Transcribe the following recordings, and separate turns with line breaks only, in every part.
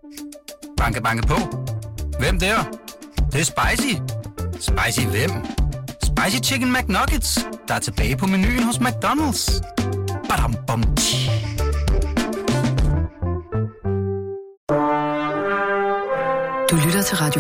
Banke, banke på. Hvem der? Det er spicy. Spicy hvem? Spicy Chicken McNuggets, der er tilbage på menuen hos McDonald's. Badum, bom,
Du lytter til Radio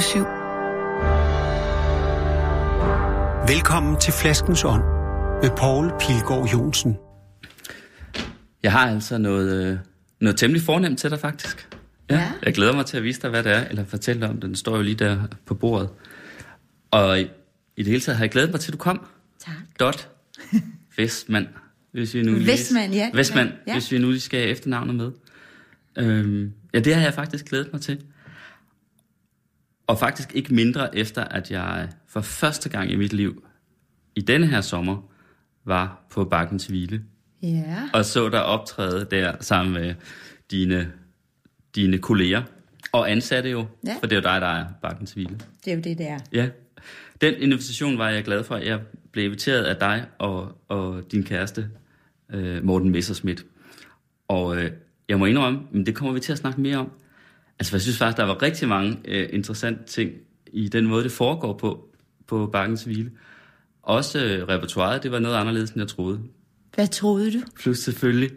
24/7.
Velkommen til Flaskens Ånd med Poul Pilgaard Johnsen.
Jeg har altså noget temmelig fornemt til dig, faktisk. Ja. Jeg glæder mig til at vise dig, hvad det er, eller fortælle dig om det. Den står jo lige der på bordet. Og i det hele taget har jeg glædet mig til, at du kom.
Tak.
Dot Westman. Hvis vi nu lige,
Westman, ja.
Westman,
ja.
Hvis vi nu lige skal have efternavnet med. Ja, det har jeg faktisk glædet mig til. Og faktisk ikke mindre efter, at jeg for første gang i mit liv, i denne her sommer, var på Bakkens Hvile.
Ja.
Og så der optræde der sammen med dine kolleger. Og ansatte jo,
ja.
For det er jo dig, der er Bakkens Hvile.
Det er jo det, der.
Ja. Den invitation var jeg glad for. Jeg blev inviteret af dig og din kæreste, Morten Messerschmidt. Og jeg må indrømme, men det kommer vi til at snakke mere om. Altså, jeg synes faktisk, der var rigtig mange interessante ting i den måde, det foregår på Bakkens Hvile. Også repertoiret, det var noget anderledes, end jeg troede.
Hvad troede du?
Plus selvfølgelig.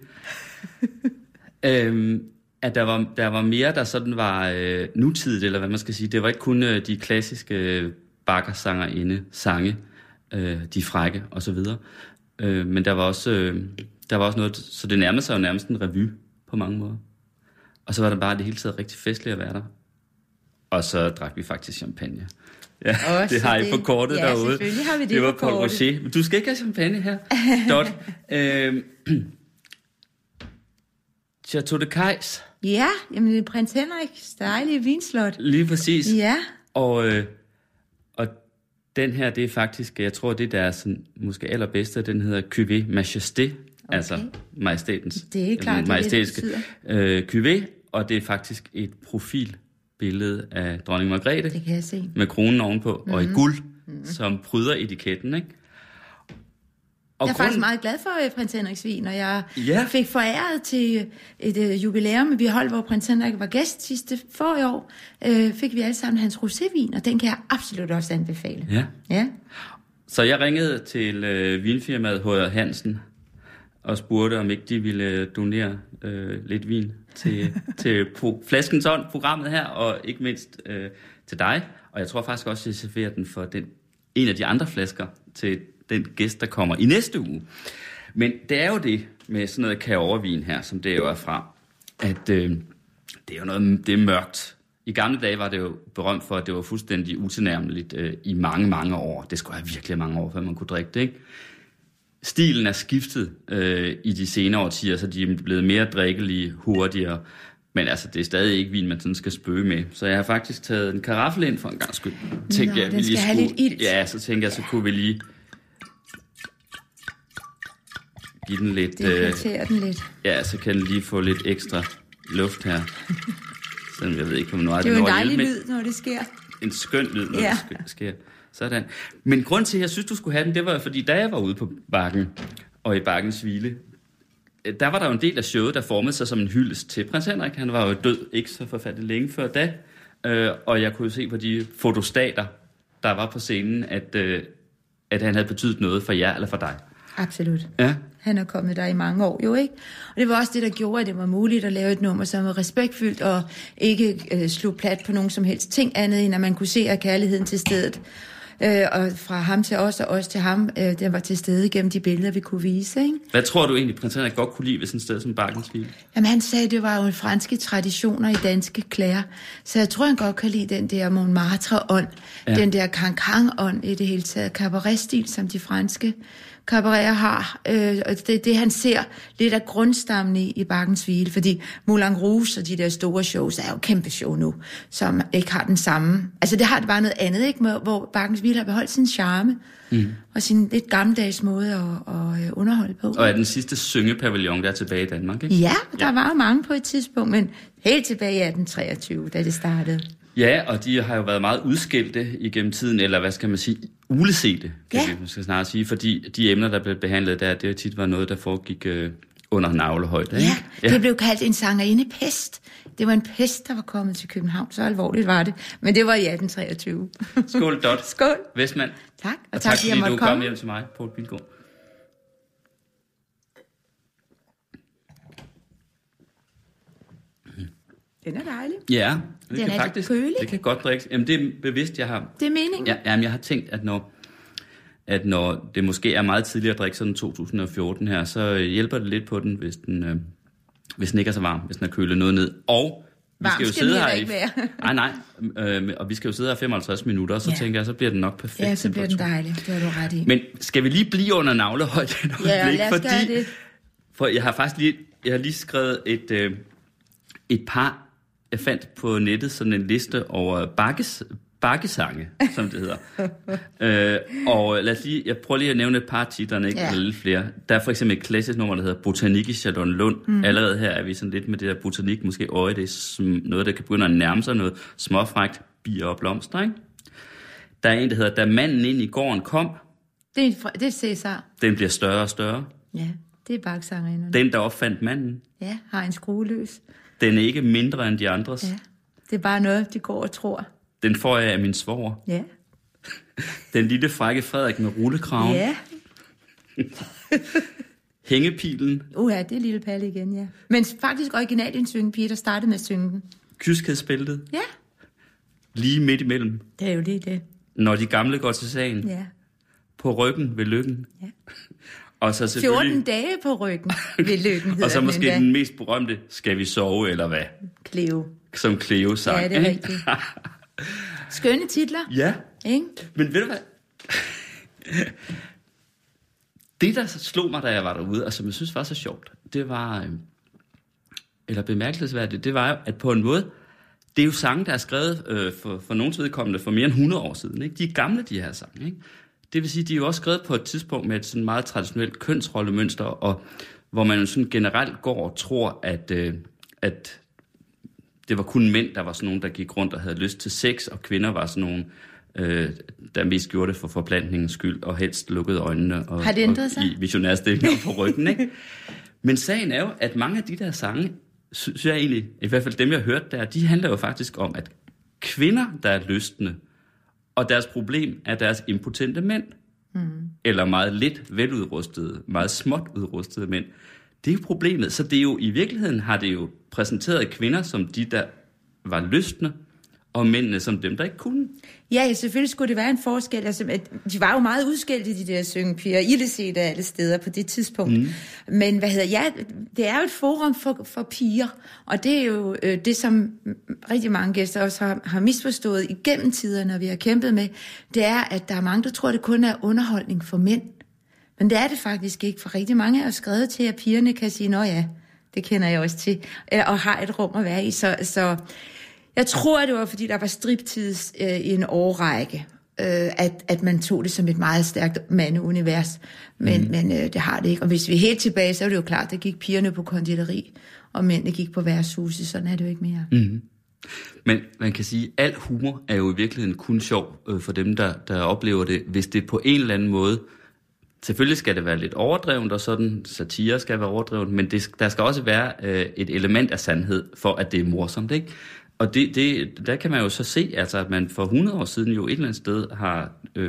At der var mere, der sådan var nutidigt, eller hvad man skal sige. Det var ikke kun de klassiske bakkersangerinde sange, de frække og så videre. Men der var også noget, så det nærmede sig jo nærmest en revy på mange måder. Og så var der bare det hele taget rigtig festligt at være der. Og så drak vi faktisk champagne. Ja, det har I på kortet derude.
Ja, selvfølgelig har vi det
var
på kortet.
Rocher. Men du skal ikke have champagne her. Dot. Chateau de Cayx.
Ja, jamen det er prins Henriks dejlige vinslot.
Lige præcis.
Ja.
Og den her, det er faktisk, jeg tror, det der er sådan, måske allerbedste, den hedder Cuvée Majesté. Okay. Altså majestætens.
Det er klart,
majestætiske Cuvée, og det er faktisk et profilbillede af dronning Margrethe.
Det kan jeg se.
Med kronen ovenpå, og i guld, som pryder etiketten, ikke? Og
jeg er faktisk meget glad for prins Henriks vin, og jeg fik foræret til et jubilæum, vi holdt, hvor prins Henrik var gæst sidste forrige år, fik vi alle sammen hans rosévin, og den kan jeg absolut også anbefale. Ja.
Så jeg ringede til vinfirmaet H.R. Hansen og spurgte, om ikke de ville donere lidt vin til Flaskens Ånd, programmet her, og ikke mindst til dig. Og jeg tror faktisk også, at jeg serverer den for en af de andre flasker til den gæst, der kommer i næste uge. Men det er jo det med sådan noget kærorvin her, som det jo er fra, at det er jo noget, det er mørkt. I gamle dage var det jo berømt for, at det var fuldstændig utilnærmeligt i mange, mange år. Det skulle have virkelig mange år, før man kunne drikke det, ikke? Stilen er skiftet i de senere årtier, så de er blevet mere drikkelige, hurtigere. Men altså, det er stadig ikke vin, man sådan skal spøge med. Så jeg har faktisk taget en karaffel ind for en gang skyld.
Den skal have lidt ilt.
Ja, så tænker jeg, så kunne vi lige give den lidt...
Dekortere den lidt.
Ja, så kan den lige få lidt ekstra luft her. Sådan, jeg ved ikke, om nu er det
er jo en dejlig lyd, når det sker.
En skøn lyd, når det sker. Sådan. Men grund til, at jeg synes, du skulle have den, det var fordi, da jeg var ude på Bakken, og i Bakkens Hvile, der var der jo en del af showet, der formede sig som en hyldest til prins Henrik. Han var jo død ikke så forfærdeligt længe før da. Og jeg kunne jo se på de fotostater, der var på scenen, at han havde betydet noget for jer eller for dig.
Absolut.
Ja.
Han er kommet der i mange år, jo ikke? Og det var også det, der gjorde, at det var muligt at lave et nummer, som var respektfyldt og ikke slog plat på nogen som helst ting andet, end at man kunne se af kærligheden til stedet. Og fra ham til os, og os til ham, den var til stede gennem de billeder, vi kunne vise, ikke?
Hvad tror du egentlig, prins Henrik godt kunne lide ved sådan et sted som Bakkens Hvile?
Jamen, han sagde, at det var jo franske traditioner i danske klæder. Så jeg tror, han godt kan lide den der Montmartre-ånd, den der cancan-ånd i det hele taget, cabaret-stil, som de franske cabareter har. Det han ser lidt af grundstammen i Bakkens Hvile, fordi Moulin Rouge og de der store shows er jo kæmpe show nu, som ikke har den samme. Altså det har det bare noget andet, ikke? Hvor Bakkens Hvile har beholdt sin charme og sin lidt gammeldags måde at underholde på.
Og er den sidste syngepavillon, der er tilbage i Danmark, ikke?
Ja, der var jo mange på et tidspunkt, men helt tilbage i 1823, da det startede.
Ja, og de har jo været meget udskilte igennem tiden, eller hvad skal man sige, ulesete, kan vi måske snart sige, fordi de emner, der blev behandlet der, det tit var noget, der foregik under navlehøjde.
Ja,
ikke?
det blev kaldt en sangerindepest. Det var en pest, der var kommet til København. Så alvorligt var det. Men det var i 1823.
Skål, Dot.
Skål.
Westman.
Tak,
Og tak fordi du kom
komme
hjem til mig, Poul Pilgaard.
Den er dejlig.
Ja, det
Den
kan
er
faktisk,
lidt kølig.
det kan godt drikkes. Jamen, det er bevidst, jeg har...
Det er meningen.
Ja, jamen, jeg har tænkt, at når det måske er meget tidligere at drikke sådan 2014 her, så hjælper det lidt på den, hvis den ikke er så varm, hvis den er kølet noget ned. Og vi skal jo sidde her
ikke være.
Nej, og vi skal jo sidde her 55 minutter, så tænker jeg, så bliver den nok perfekt.
Ja, så bliver den dejlig. Det har du ret i.
Men skal vi lige blive under navlehøjde et øjeblik?
Ja, lad os gøre det.
For jeg har faktisk lige skrevet et par. Jeg fandt på nettet sådan en liste over bakkesange, som det hedder. Og lad os lige, jeg prøver lige at nævne et par titlerne, ikke? Eller lidt flere. Der er for eksempel et klassisk nummer, der hedder Botanik i Charlottenlund. Allerede her er vi sådan lidt med det der botanik, måske øje, det er noget, der kan begynde at nærme sig noget småfrækt, bier og blomster, ikke? Der er en, der hedder Da manden ind i gården kom.
Det er Cæsar.
Den bliver større og større.
Ja, det er bakkesangerinderne.
Den, der opfandt manden.
Ja, har en skrue løs.
Den er ikke mindre end de andres.
Ja, det er bare noget, de går og tror.
Den får jeg af min svoger.
Ja.
Den lille frække Frederik med rullekraven.
Ja.
Hængepilen.
Ja, det er Lille Palle igen, ja. Men faktisk originalt en syngepige, der startede med at synge den.
Kyskhedsbæltet.
Ja.
Lige midt imellem.
Det er jo lige det.
Når de gamle går til sagen.
Ja.
På ryggen ved lykken.
Ja.
Og så selvfølgelig...
14 dage på ryggen ved lykken, hedder
og så måske
den
mest berømte, skal vi sove, eller hvad?
Cleo.
Som Cleo sang.
Ja, det er rigtigt. Skønne titler.
Ja.
Ikke?
Men ved du hvad? Det, der slog mig, da jeg var derude, og som jeg synes var så sjovt, det var, eller bemærkelsesværdigt, det var jo, at på en måde, det er jo sange, der er skrevet for nogens vedkommende for mere end 100 år siden. Ikke? De er gamle, de her sange. Ikke? Det vil sige, de er jo også skrevet på et tidspunkt med et sådan meget traditionelt kønsrollemønster, og hvor man jo sådan generelt går og tror, at det var kun mænd, der var sådan nogen, der gik rundt og havde lyst til sex, og kvinder var sådan nogen, der mest gjorde det for forplantningens skyld, og helst lukkede øjnene og,
har det ændret sig?
i visionærstillinger på ryggen. Ikke? Men sagen er jo, at mange af de der sange, synes jeg egentlig, i hvert fald dem, jeg hørte der, de handler jo faktisk om, at kvinder, der er lystne, og deres problem er deres impotente mænd, eller meget lidt veludrustede, meget småt udrustede mænd. Det er jo problemet. Så det er jo, i virkeligheden har det jo præsenteret kvinder som de, der var lystne, og mændene som dem, der ikke kunne.
Ja, selvfølgelig skulle det være en forskel. Altså, de var jo meget udskældte, de der syngepiger, ildeset af alle steder på det tidspunkt. Men det er jo et forum for piger, og det er jo det, som rigtig mange gæster også har misforstået igennem tiderne, når vi har kæmpet med, det er, at der er mange, der tror, det kun er underholdning for mænd. Men det er det faktisk ikke, for rigtig mange er skrevet til, at pigerne kan sige, nå ja, det kender jeg også til, og har et rum at være i, så jeg tror, det var, fordi der var striptids i en årrække, at man tog det som et meget stærkt mandeunivers. Men det har det ikke. Og hvis vi er helt tilbage, så er det jo klart, der gik pigerne på konditori, og mændene gik på værtshuse. Sådan er det jo ikke mere.
Mm-hmm. Men man kan sige, at al humor er jo i virkeligheden kun sjov for dem, der oplever det, hvis det på en eller anden måde. Selvfølgelig skal det være lidt overdrevet, og sådan satire skal være overdrevet, men der skal også være et element af sandhed, for at det er morsomt, ikke? Og der kan man jo så se, altså, at man for 100 år siden jo et eller andet sted har,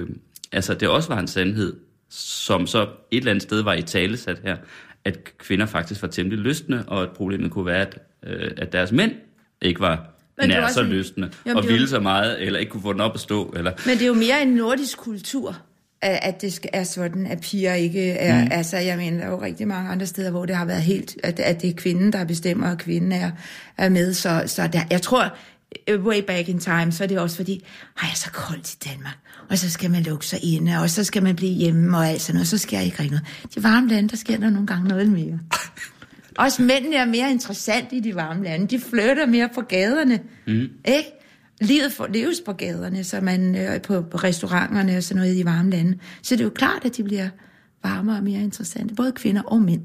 det også var en sandhed, som så et eller andet sted var i talesat her, at kvinder faktisk var temmelig lystne, og at problemet kunne være, at deres mænd ikke var nær så lystne, og ville så meget, eller ikke kunne få den op at stå. Eller.
Men det er jo mere en nordisk kultur, at det er sådan, at piger ikke er... Altså, jeg mener, der er jo rigtig mange andre steder, hvor det har været helt... At det er kvinden, der bestemmer, og kvinden er med. Så der, jeg tror, way back in time, så er det også fordi, ej, så koldt i Danmark, og så skal man lukke sig inde, og så skal man blive hjemme, og alt sådan noget, så sker ikke rigtig noget. De varme lande, der sker der nogle gange noget mere. Også mændene er mere interessant i de varme lande. De flytter mere på gaderne, ikke? Livet leves på gaderne, så man på restauranterne og sådan noget i de varme lande. Så det er jo klart, at de bliver varmere og mere interessante. Både kvinder og mænd.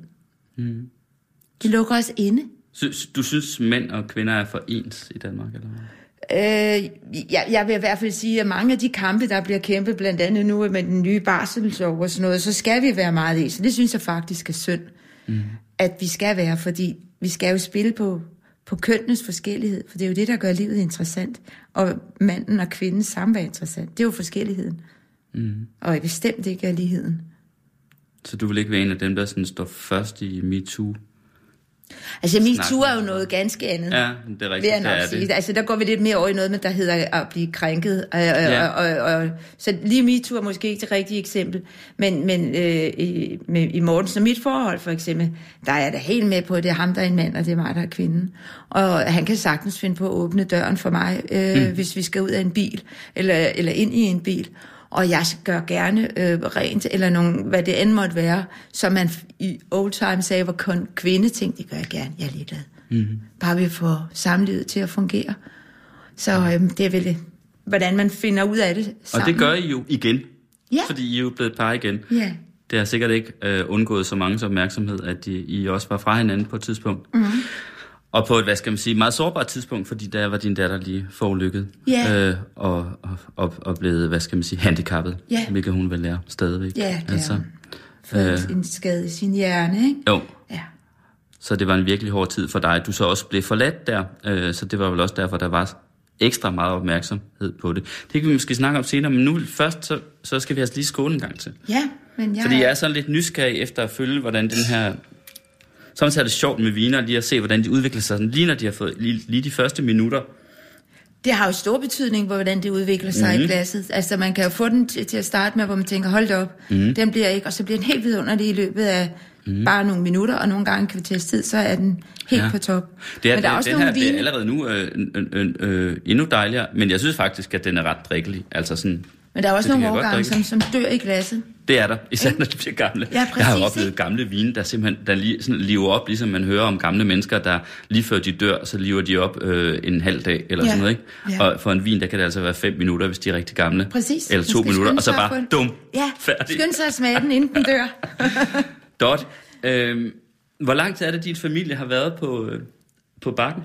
De lukker os inde.
Du synes, mænd og kvinder er for ens i Danmark, eller hvad?
Jeg vil i hvert fald sige, at mange af de kampe, der bliver kæmpet, blandt andet nu med den nye barselslov og sådan noget, så skal vi være meget ens. Det synes jeg faktisk er synd. at vi skal være, fordi vi skal jo spille på kønnenes forskellighed, for det er jo det, der gør livet interessant, og manden og kvindens samvær interessant. Det er jo forskelligheden, og bestemt ikke er ligheden.
Så du vil ikke være en af dem, der sådan står først i MeToo?
Altså, MeToo er jo noget ganske andet.
Ja, det er rigtigt, det er det.
Altså, der går vi lidt mere over i noget, der hedder at blive krænket. Så lige MeToo er måske ikke det rigtige eksempel. Men i Mortens og mit forhold, for eksempel, der er jeg da helt med på, at det er ham, der er en mand, og det er mig, der er kvinden. Og han kan sagtens finde på at åbne døren for mig, hvis vi skal ud af en bil, eller ind i en bil. Og jeg gør gerne rent, eller nogen, hvad det end måtte være, som man i old time sagde, var kun kvindeting, det gør jeg gerne, jeg er ligeglad. Bare vi får samlivet til at fungere. Så det er vel, hvordan man finder ud af det sammen.
Og det gør I jo igen,
ja.
Fordi I er jo blevet par igen.
Ja.
Det har sikkert ikke undgået så mange opmærksomhed, at I også var fra hinanden på et tidspunkt. Og på et, hvad skal man sige, meget sårbart tidspunkt, fordi der var din datter lige forulykket. Og blevet, hvad skal man sige, handicappet. Hvilket hun vil lære stadigvæk.
Ja, det altså, fået en skade i sin hjerne, ikke?
Jo.
Ja.
Så det var en virkelig hård tid for dig. Du så også blev forladt der, så det var vel også derfor, der var ekstra meget opmærksomhed på det. Det kan vi måske snakke om senere, men nu først, så skal vi altså lige skåle en gang til.
Ja, men jeg...
Fordi jeg er sådan lidt nysgerrig efter at følge, hvordan den her... Samtidig er det sjovt med viner, lige at se, hvordan de udvikler sig, sådan, lige når de har fået lige de første minutter.
Det har jo stor betydning, hvordan det udvikler sig i glasset. Altså, man kan jo få den til at starte med, hvor man tænker, hold da op, den bliver ikke, og så bliver den helt vidunderlig i løbet af bare nogle minutter, og nogle gange kvarters tid, så er den helt på top.
Det er,
men der er også nogle vine...
Det er allerede nu endnu dejligere, men jeg synes faktisk, at den er ret drikkelig. Altså sådan,
men der er også nogle årgange, som dør i glasset.
Det er der, især når de bliver gamle.
Ja, præcis,
jeg har jo oplevet gamle vine, der simpelthen der lever op, ligesom man hører om gamle mennesker, der lige før de dør, så lever de op en halv dag, eller sådan noget, ikke? Ja. Og for en vin, der kan det altså være 5 minutter, hvis de er rigtig gamle.
Præcis.
Eller 2 minutter, og så bare færdig.
Skynd sig at smage den, inden den dør.
Dot. Hvor lang tid er det, din familie har været på Bakken?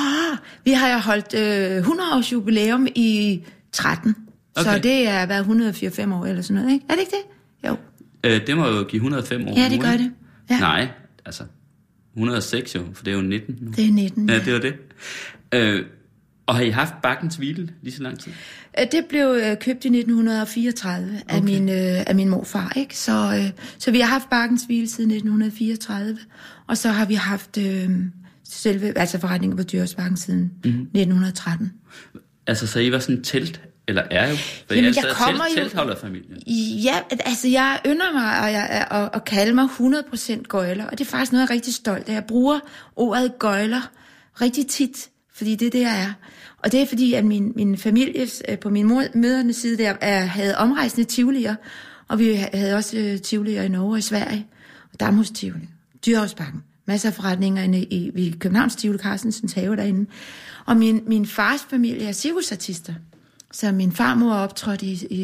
Vi har jo holdt 100 års jubilæum i 13. Okay. Så det er været 104-5 år eller sådan noget, ikke? Er det ikke det? Jo.
Det må jo give 105 år.
Ja, det gør det. Ja.
Nej, altså 106 jo, for det er jo 19 nu.
Det er 19,
ja. Det var det. Og har I haft Bakkens Hvile lige så lang tid?
Det blev købt i 1934 af min morfar, ikke? Så vi har haft Bakkens Hvile siden 1934, og så har vi haft forretninger på Dyrehavsbakken siden 1913.
Altså, så I var sådan telt, eller er jo?
Jamen, jeg kommer jo...
Teltholderfamilien.
Ja, altså jeg ynder mig at kalde mig 100% gøjler, og det er faktisk noget, jeg er rigtig stolt af. Jeg bruger ordet gøjler rigtig tit, fordi det er det, jeg er. Og det er fordi, at min familie på min mødrenes side der havde omrejsende tivolier, og vi havde også tivolier i Norge og i Sverige, og Damhus Tivoli, Dyrehavsbakken, masser af forretninger i Københavns Tivoli, Carstensens have derinde. Og min fars familie er cirkusartister, så min farmor optrådte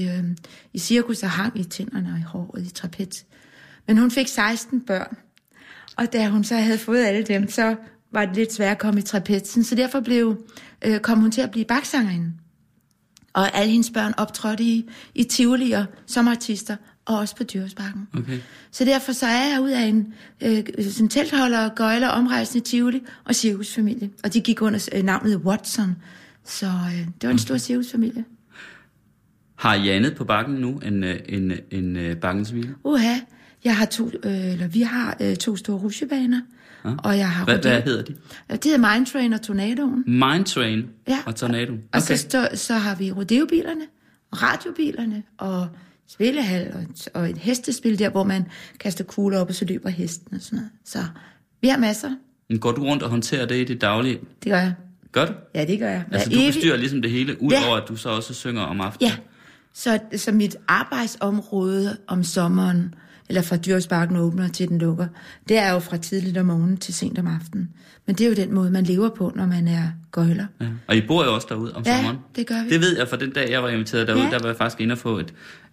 i cirkus og hang i tænderne og i håret i trapez. Men hun fik 16 børn, og da hun så havde fået alle dem, så var det lidt svært at komme i trapezsen, så derfor kom hun til at blive baksangerinde. Og alle hendes børn optrådte i tivolier som artister, og også på Dyrehavsbakken. Okay. Så derfor så er jeg ud af en teltholder, gøjler, omrejsende tivoli og cirkusfamilie. Og de gik under navnet Watson. Så det var en stor cirkusfamilie.
Har I andet på Bakken nu end Bakkens Hvile?
Jeg har vi har 2 store rutsjebaner. Ja. Og jeg har
hvad hedder de?
Det hedder Mindtrain og Tornadoen.
Mindtrain og Tornadoen. Okay.
Og så har vi rodeobilerne, og radiobilerne, og spillehal og et hestespil der, hvor man kaster kugler op, og så løber hesten og sådan noget. Så vi har masser.
Men går du rundt og håndterer det i det daglige?
Det gør jeg.
Gør du?
Ja, det gør jeg.
Altså du bestyrer ligesom det hele, udover at du så også synger om aftenen?
Ja, så mit arbejdsområde om sommeren, eller fra Dyrehavsbakken åbner til den lukker, det er jo fra tidligt om morgenen til sent om aftenen. Men det er jo den måde, man lever på, når man er gøjler. Ja.
Og I bor jo også derude om sommeren?
Ja, det gør vi.
Det ved jeg, for den dag, jeg var inviteret derude, der var jeg faktisk inde og få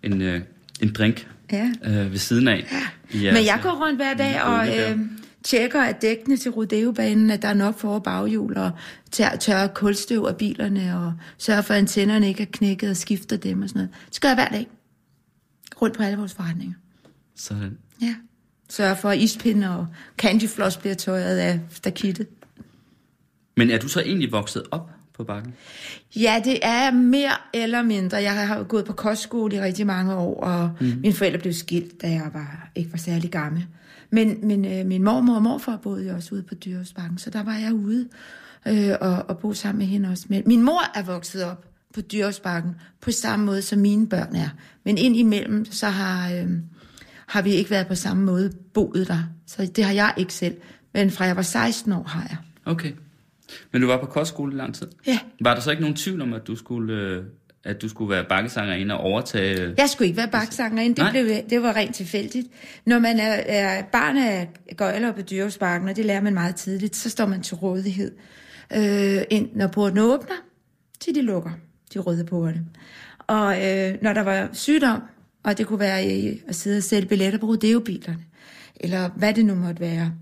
en drink ved siden af.
Ja. Men jeg går rundt hver dag og tjekker af dækkene til rodeobanen, at der er nok for- og baghjul, og tørrer kulstøv af bilerne, og sørger for, at antennerne ikke er knækket, og skifter dem og sådan noget. Det gør jeg hver dag. Rundt på alle vores forretninger.
Sådan.
Ja. sørge for, at ispinde og candyfloss bliver tøjet af stakittet.
Men er du så egentlig vokset op på Bakken?
Ja, det er mere eller mindre. Jeg har gået på kostskole i rigtig mange år, og mine forældre blev skilt, da jeg ikke var særlig gammel. Men min mormor og morfar boede jo også ude på Dyrehavsbakken, så der var jeg ude og boede sammen med hende også. Men min mor er vokset op på Dyrehavsbakken på samme måde, som mine børn er. Men indimellem, så har vi ikke været på samme måde boet der. Så det har jeg ikke selv. Men fra jeg var 16 år har jeg.
Okay. Men du var på kostskole i lang tid?
Ja.
Var der så ikke nogen tvivl om, at du skulle være bakkesangerinde og overtage...
Jeg skulle ikke være bakkesangerinde. Det var rent tilfældigt. Når man er barn af gøjler på Dyrehavsbakken, og det lærer man meget tidligt, så står man til rådighed. Når porten åbner, til de lukker, de røde porte. Og når der var sygdom, og det kunne være at sidde og sælge billetter på rodeobilerne, eller hvad det nu måtte være,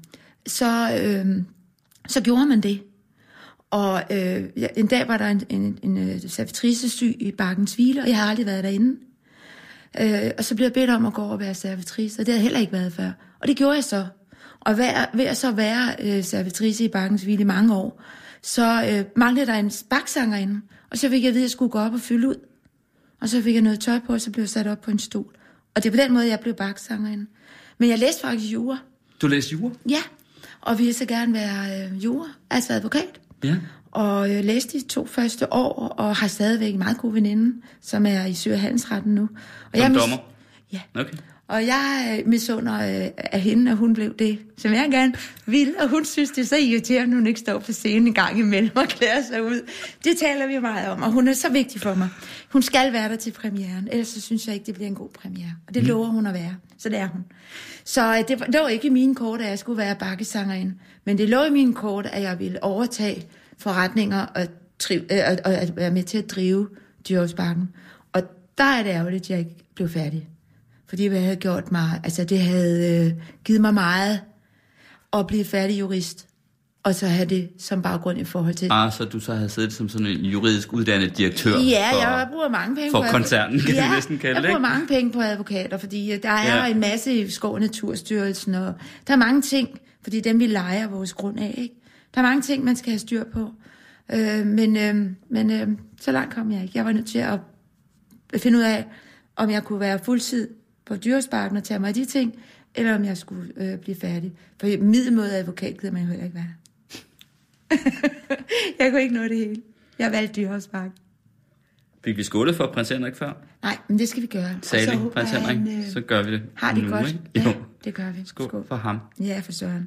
så gjorde man det. Og en dag var der en servitrice syg i Bakkens Hvile, og jeg havde aldrig været derinde. Og så blev jeg bedt om at gå over og være servitrice, og det havde jeg heller ikke været før. Og det gjorde jeg så. Og ved at så være servitrice i Bakkens Hvile i mange år, så manglede der en baksangerinde, og så fik jeg at vide, at jeg skulle gå op og fylde ud. Og så fik jeg noget tøj på, og så blev jeg sat op på en stol. Og det er på den måde, jeg blev baksangerinde. Men jeg læste faktisk jura.
Du læste jura?
Ja, og ville så gerne være jura, altså advokat.
Ja.
Og læste de 2 første år, og har stadigvæk en meget god veninde, som er i Sø- og Handelsretten nu. Og
som dommer?
Ja.
Okay.
Og jeg misunder af hende, at hun blev det, som jeg gerne ville. Og hun synes, det er så irriterende, at hun ikke står på scenen en gang imellem og klæder sig ud. Det taler vi meget om, og hun er så vigtig for mig. Hun skal være der til premieren, ellers så synes jeg ikke, det bliver en god premiere. Og det lover hun at være, så det er hun. Så det lå ikke i mine kort, at jeg skulle være bakkesangerinde. Men det lå i mine kort, at jeg ville overtage forretninger og at være med til at drive Dyrehavsbakken. Og der er det ærgerligt, at jeg ikke blev færdig. Fordi jeg havde gjort mig, altså det havde givet mig meget at blive færdig jurist, og så have det som baggrund i forhold til...
Så du så havde siddet som sådan en juridisk uddannet direktør?
Ja, jeg bruger mange penge
for koncernen, kan du næsten kalde det,
jeg bruger mange penge på advokater, fordi der er en masse i Skov- og Naturstyrelsen, og der er mange ting, fordi dem vi lejer vores grund af, ikke? Der er mange ting, man skal have styr på, men så langt kom jeg ikke. Jeg var nødt til at finde ud af, om jeg kunne være fuldtid på Dyrehavsbakken og tage mig af de ting, eller om jeg skulle blive færdig. For middelmåde advokat gider man jo heller ikke være. Jeg kunne ikke nå det hele. Jeg valgte Dyrehavsbakken.
Fik vi skålet for prins Henrik før?
Nej, men det skal vi gøre.
Salig, prins Henrik, så gør vi det.
Har det
nu,
godt?
Ikke?
Ja,
jo.
det gør vi.
Skål for ham.
Ja, for søren.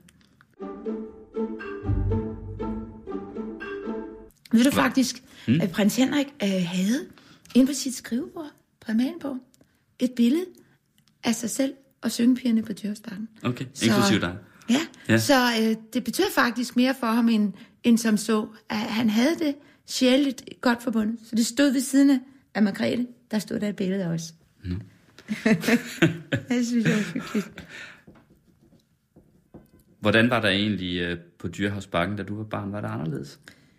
Ved du faktisk, at prins Henrik havde inde på sit skrivebord, præmien på, et billede af sig selv og syngepigerne på Dyrehavsbakken.
Okay, inklusive dig.
Ja, så det betyder faktisk mere for ham, end som så, at han havde det sjældent godt forbundet. Så det stod ved siden af Margrethe, der stod der et billede af os. Jeg synes, det var hyggeligt.
Hvordan var der egentlig på Dyrehavsbakken, da du var barn? Var det anderledes?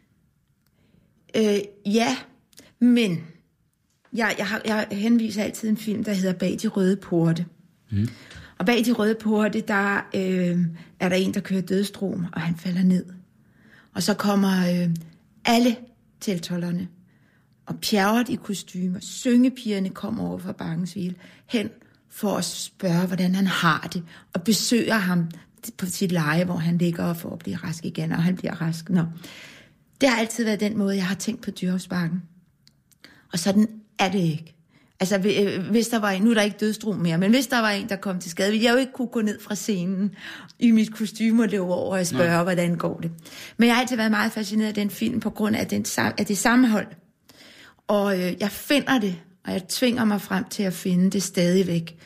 Ja, men jeg henviser altid en film, der hedder Bag de røde porte. Og bag de røde porte, der er der en, der kører dødstrom, og han falder ned. Og så kommer alle tiltollerne og Pjerrot i kostymer, syngepigerne kommer over fra Bakkens Hvile hen for at spørge, hvordan han har det, og besøger ham på sit leje, hvor han ligger for at blive rask igen, og han bliver rask. Nå. Det har altid været den måde, jeg har tænkt på Dyrehavsbakken. Og sådan er det ikke. Altså, hvis der var en, nu er der ikke dødstrom mere, men hvis der var en, der kom til skade, ville jeg jo ikke kunne gå ned fra scenen i mit kostyme og løbe over og spørge, hvordan går det. Men jeg har altid været meget fascineret af den film, på grund af det sammenhold. Og jeg finder det, og jeg tvinger mig frem til at finde det stadigvæk.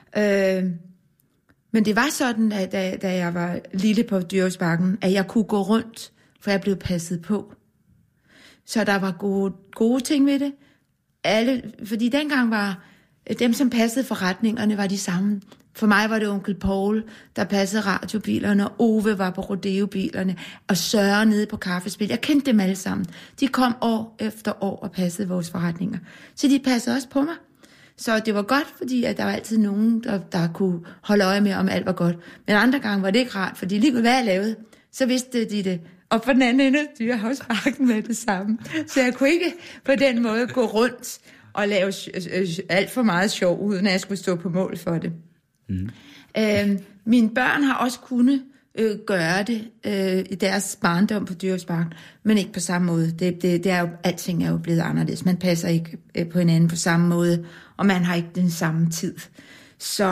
Men det var sådan, at da jeg var lille på Dyrehavsbakken, at jeg kunne gå rundt, for jeg blev passet på. Så der var gode ting ved det. Fordi dengang var dem, som passede forretningerne, var de samme. For mig var det onkel Paul, der passede radiobilerne, og Ove var på rodeobilerne, og Søren nede på kaffespil. Jeg kendte dem alle sammen. De kom år efter år og passede vores forretninger. Så de passede også på mig. Så det var godt, fordi at der var altid nogen, der kunne holde øje med, om alt var godt. Men andre gange var det ikke rart, fordi lige hvad jeg lavede, så vidste de det. Og på den anden ende af Dyrehavsparken med det samme. Så jeg kunne ikke på den måde gå rundt og lave alt for meget sjov, uden at jeg skulle stå på mål for det. Mine børn har også kunnet gøre det i deres barndom på Dyrehavsparken, men ikke på samme måde. Det er jo, alting er jo blevet anderledes. Man passer ikke på hinanden på samme måde, og man har ikke den samme tid. Så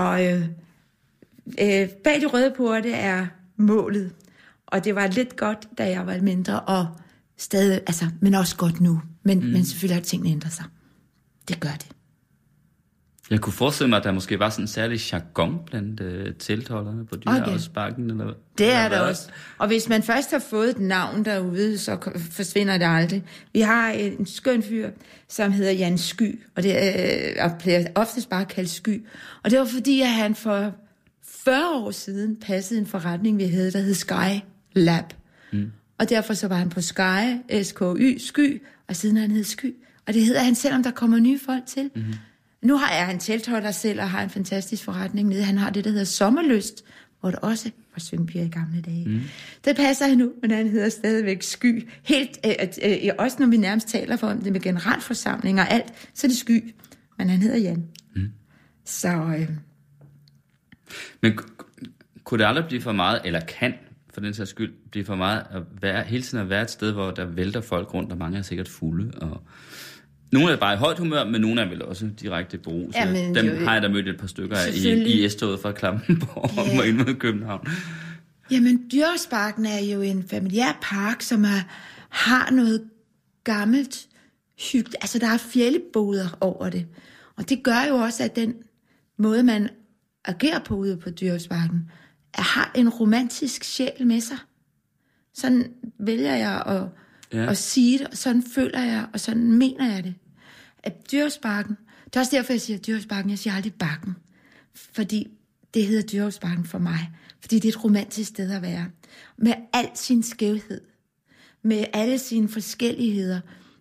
bag de røde porte er målet. Og det var lidt godt, da jeg var mindre, og stadig, altså, men også godt nu. Men selvfølgelig har tingene ændret sig. Det gør det.
Jeg kunne forestille mig, at der måske var sådan en særlig jargon blandt teltholderne på Dyrehavsparken. Eller hvad?
Det er der også. Og hvis man først har fået et navn derude, så forsvinder det aldrig. Vi har en skøn fyr, som hedder Jan Sky, og det bliver oftest bare kaldt Sky. Og det var fordi, at han for 40 år siden passede en forretning, vi havde, der hed Sky Lab. Og derfor så var han på Sky, S-K-Y, Sky, og siden han hed Sky. Og det hedder han, selvom der kommer nye folk til. Nu er han teltholder selv, og har en fantastisk forretning nede. Han har det, der hedder Sommerlyst, hvor der også var syngpiger i gamle dage. Det passer han nu, men han hedder stadigvæk Sky. Helt, også når vi nærmest taler for det med generalforsamling og alt, så er det Sky. Men han hedder Jan. Så...
Men kunne det aldrig blive for meget, eller kan for den sags skyld blive for meget, hele tiden at være et sted, hvor der vælter folk rundt, og mange er sikkert fulde, og nogle er bare i højt humør, men nogle er vel også direkte beruset. Ja, dem har jeg da mødt et par stykker af i S-toget fra Klampenborg og ind mod København.
Jamen, Dyrehavsparken er jo en familiær park, som har noget gammelt hyggeligt. Altså, der er fjelleboder over det. Og det gør jo også, at den måde, man agerer på ude på Dyrehavsparken, har en romantisk sjæl med sig. Sådan vælger jeg at sige det, og sådan føler jeg, og sådan mener jeg det. At Dyrehavsparken, det er også derfor, jeg siger Dyrehavsparken, jeg siger aldrig bakken. Fordi det hedder Dyrehavsparken for mig. Fordi det er et romantisk sted at være. Med al sin skævhed. Med alle sine forskelligheder.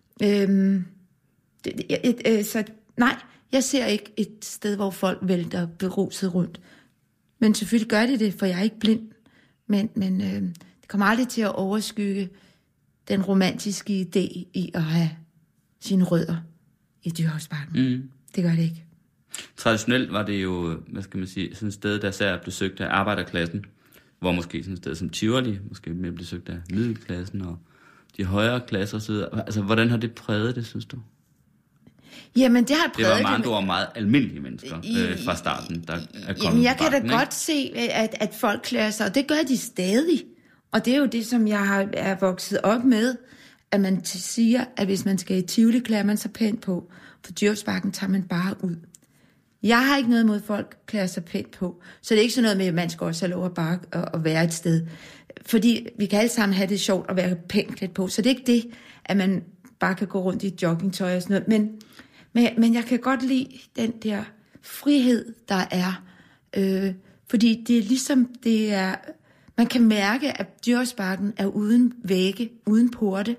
Så nej, jeg ser ikke et sted, hvor folk vælter beruset rundt. Men selvfølgelig gør det, for jeg er ikke blind. Men det kommer aldrig til at overskygge den romantiske idé i at have sine rødder i Dyrehavsparken. Det gør det ikke.
Traditionelt var det jo, hvad skal man sige, sådan et sted, der særligt blev søgt af arbejderklassen, hvor måske sådan et sted som Tivoli, måske mere blev søgt af middelklassen og de højere klasser osv. Altså, hvordan har det præget det, synes du?
Jamen, det har præget det.
Det var med andre ord meget almindelige mennesker fra starten, der er kommet.
Jeg kan da godt se, at folk klæder sig, og det gør de stadig. Og det er jo det, som jeg er vokset op med, at man siger, at hvis man skal i Tivoli, klæder man sig pænt på. For Dyrehavsparken tager man bare ud. Jeg har ikke noget imod, at folk klæder sig pænt på. Så det er ikke sådan noget med, at man skal også have lov at bare at være et sted. Fordi vi kan alle sammen have det sjovt at være pænt klædt på. Så det er ikke det, at man bare kan gå rundt i joggingtøj og sådan noget. Men jeg kan godt lide den der frihed, der er. Fordi det er ligesom, det er... Man kan mærke, at Dyrehavsparken er uden vægge, uden porte.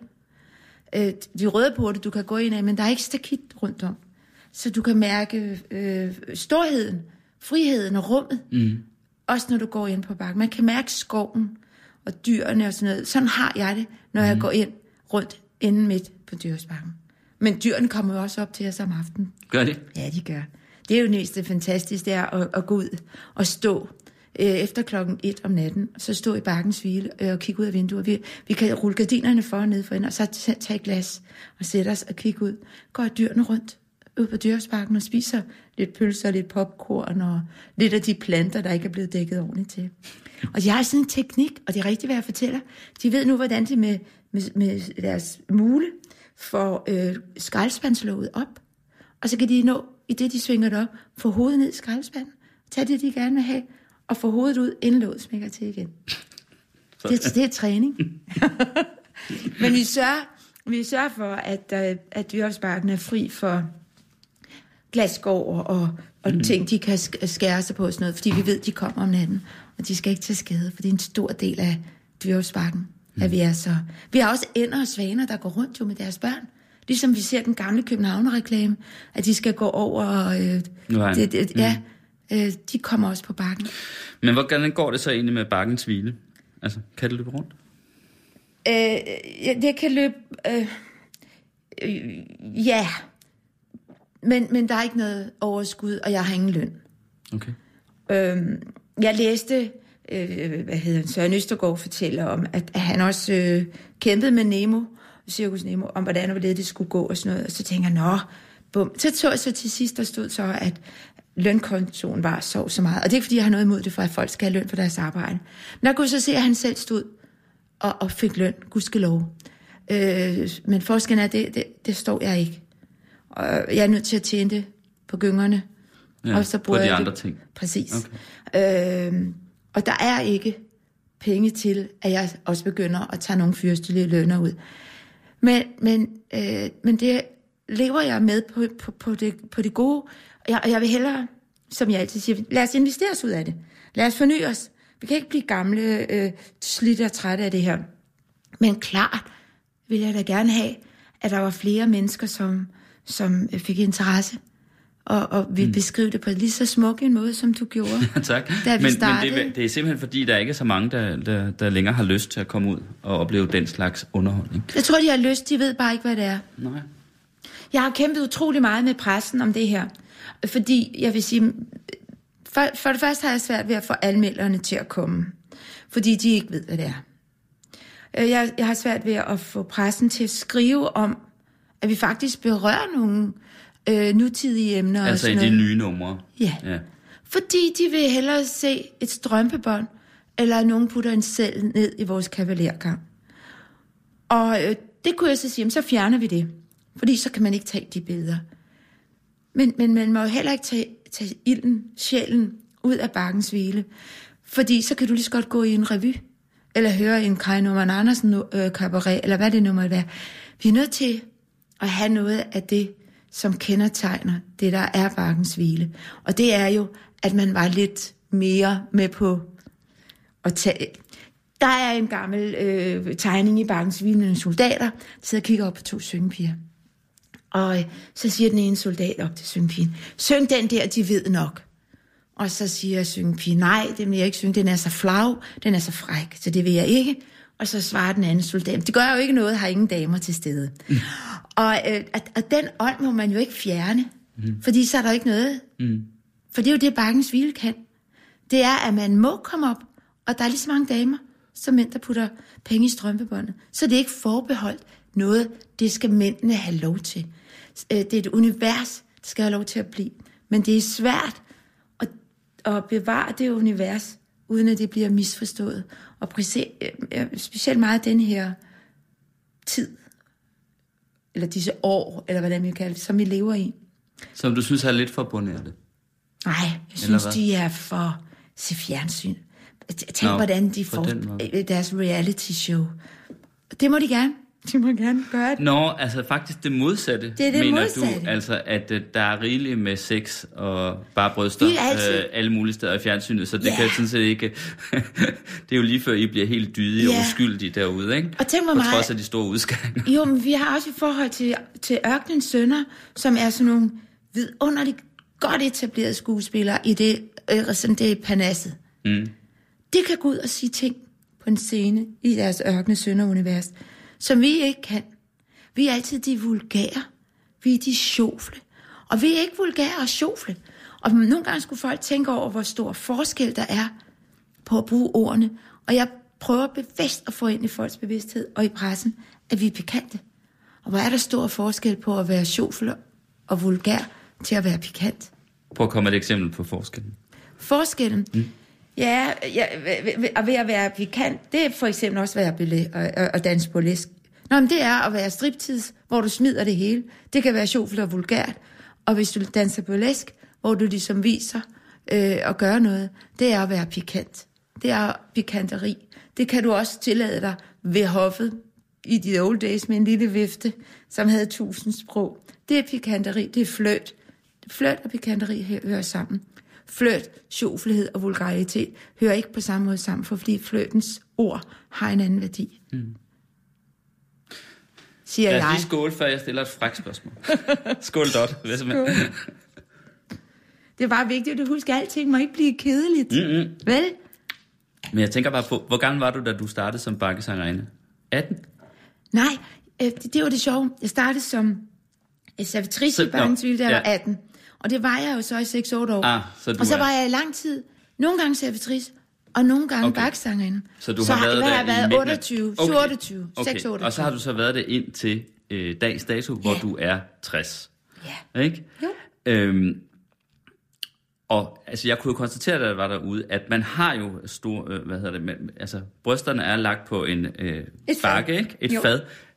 De røde porte, du kan gå ind af, men der er ikke stakit rundt om. Så du kan mærke storheden, friheden og rummet. Også når du går ind på bakken. Man kan mærke skoven og dyrene og sådan noget. Sådan har jeg det, når jeg går ind rundt inden midt på Dyrehavsparken. Men dyrene kommer jo også op til os om aftenen.
Gør de?
Ja, de gør. Det er jo næste fantastisk, det er at gå ud og stå efter 1:00 om natten, så stå i bakkens hvile og kigge ud af vinduet. Vi kan rulle gardinerne for og ned for ind, og så tage et glas og sætte os og kigge ud. Går dyrene rundt ud på Dyrehavsparken og spiser lidt pølser, lidt popcorn og lidt af de planter, der ikke er blevet dækket ordentligt til. Og de har sådan en teknik, og det er rigtigt, hvad jeg fortæller. De ved nu, hvordan de med deres mule får skraldespandslåget op, og så kan de nå, i det de svinger det op, få hovedet ned i skraldespanden, tage det, de gerne vil have, og få hovedet ud, inden låget smækker til igen. Det er træning. Men vi sørger for, at Dyrehavsparken er fri for glasskår og ting, de kan skære sig på og sådan noget, fordi vi ved, de kommer om natten, og de skal ikke tage skade, for det er en stor del af Dyrehavsparken, at vi er så... Vi har også ænder og svaner, der går rundt jo med deres børn. Ligesom vi ser den gamle Københavner-reklame, at de skal gå over... de kommer også på bakken.
Men hvordan går det så egentlig med bakkens hvile? Altså, kan det løbe rundt?
Det kan løbe... ja. Men der er ikke noget overskud, og jeg har ingen løn.
Okay.
Jeg læste... Søren Østergaard fortæller om, at han også kæmpede med Nemo, Cirkus Nemo, om hvordan og hvorledes det skulle gå og sådan noget. Og så tænker jeg, bum. Så til sidst der stod så, at lønkontoen var så meget. Og det er ikke, fordi jeg har noget imod det, for at folk skal have løn for deres arbejde. Men der kunne så se, at han selv stod og fik løn, gudskelov. Men forskellen er, det står jeg ikke. Og jeg er nødt til at tjene det på gyngerne.
Ja,
og så
på de andre ting. Præcis.
Okay. Og der er ikke penge til, at jeg også begynder at tage nogle fyrstelige lønner ud. Men det lever jeg med på det gode. Og jeg vil hellere, som jeg altid siger, lad os investere os ud af det. Lad os forny os. Vi kan ikke blive gamle, slidte og trætte af det her. Men klart vil jeg da gerne have, at der var flere mennesker, som fik interesse. Og vi beskriver det på lige så smuk en måde, som du gjorde.
Ja, tak.
Da vi startede.
Men det er simpelthen fordi, der ikke er så mange, der længere har lyst til at komme ud og opleve den slags underholdning.
Jeg tror, de har lyst. De ved bare ikke, hvad det er.
Nej.
Jeg har kæmpet utrolig meget med pressen om det her. Fordi, jeg vil sige... For det første har jeg svært ved at få anmelderne til at komme. Fordi de ikke ved, hvad det er. Jeg har svært ved at få pressen til at skrive om, at vi faktisk berører nogle... nutidige emner.
Altså i de nye numre.
Ja. Fordi de vil hellere se et strømpebånd, eller nogen putter en sæd ned i vores kavalergang. Og det kunne jeg så sige, så fjerner vi det. Fordi så kan man ikke tage de billeder. Men man må jo heller ikke tage ilden, sjælen, ud af bakkens hvile. Fordi så kan du lige så godt gå i en revy, eller høre en Kai Norman Andersen cabaret, eller hvad det nu måtte være. Vi er nødt til at have noget af det, som kendetegner det, der er bakkens hvile. Og det er jo, at man var lidt mere med på at tage... Der er en gammel tegning i bakkens hvile med nogle soldater, der sidder og kigger op på 2 syngepiger. Og så siger den ene soldat op til syngepigen, syng den der, de ved nok. Og så siger syngepigen, nej, den vil jeg ikke synge, den er så flau, den er så fræk, så det vil jeg ikke. Og så svarer den anden soldat, det gør jo ikke noget, har ingen damer til stede. Og den ånd må man jo ikke fjerne, fordi så er der ikke noget. For det er jo det, bakkens hvile kan. Det er, at man må komme op, og der er lige så mange damer, som mænd, der putter penge i strømpebåndet. Så det er ikke forbeholdt noget, det skal mændene have lov til. Det er et univers, der skal have lov til at blive. Men det er svært at bevare det univers, uden at det bliver misforstået. Og specielt meget den her tid, eller disse år, eller hvordan vi kalder det, som vi lever i.
Som du synes er lidt for bonerte?
Nej, jeg synes, de er for se fjernsyn. Tænk, hvordan de får deres reality show. Det må de gerne. De må gerne gøre det.
Nå, altså faktisk det modsatte,
det
mener
modsatte.
du? Altså, at der er rigeligt med sex og bare bryster alle mulige steder i fjernsynet, så det kan sådan set ikke... det er jo lige før, I bliver helt dydige og uskyldige derude, ikke?
Og tænk mig
på trods af de store udskæringer.
Jo, men vi har også i forhold til Ørkenens Sønner, som er sådan nogle vidunderligt godt etablerede skuespillere i det, sådan det panasset. De kan gå ud og sige ting på en scene i deres Ørkenens Sønner-univers, som vi ikke kan. Vi er altid de vulgære. Vi er de sjofle. Og vi er ikke vulgære og sjofle. Og nogle gange skulle folk tænke over, hvor stor forskel der er på at bruge ordene. Og jeg prøver bevidst at få ind i folks bevidsthed og i pressen, at vi er pikante. Og hvor er der stor forskel på at være sjofle og vulgær til at være pikant?
Prøv at komme et eksempel på forskellen.
Forskellen? Ja, og ved at være pikant, det er for eksempel også at være og danse burlesk. Nå, men det er at være striptease, hvor du smider det hele. Det kan være sjovt og vulgært. Og hvis du danser burlesk, hvor du ligesom viser og gør noget, det er at være pikant. Det er pikanteri. Det kan du også tillade dig ved hoffet i de old days med en lille vifte, som havde 1000 sprog. Det er pikanteri, det er fløjt. Fløjt og pikanteri hører sammen. Fløjt, sjoflighed og vulgaritet hører ikke på samme måde sammen, fordi fløjtens ord har en anden værdi. siger jeg.
Lad os lige skåle, før jeg stiller et frækt spørgsmål. Skål, Dot.
Det er bare vigtigt, at du husker, at alting må ikke blive kedeligt. Vel?
Men jeg tænker bare på, hvor gammel var du, da du startede som bakkesangerinde? 18?
Nej, det var det sjove. Jeg startede som servitrice i Bakkens Hvile, da jeg var 18. Og det var jeg jo så i 6-8 år. Og så var jeg i lang tid, nogle gange servitrice, og nogle gange bakkesangerinde.
Så du har været der
i været 28, 28, 6-8.
Og så har du så været det ind til dags dato, hvor du er 60.
Ja.
Ikke?
Jo.
Og altså, jeg kunne jo konstatere, da jeg var derude, at man har jo brysterne er lagt på en bakke, ikke? Et fad.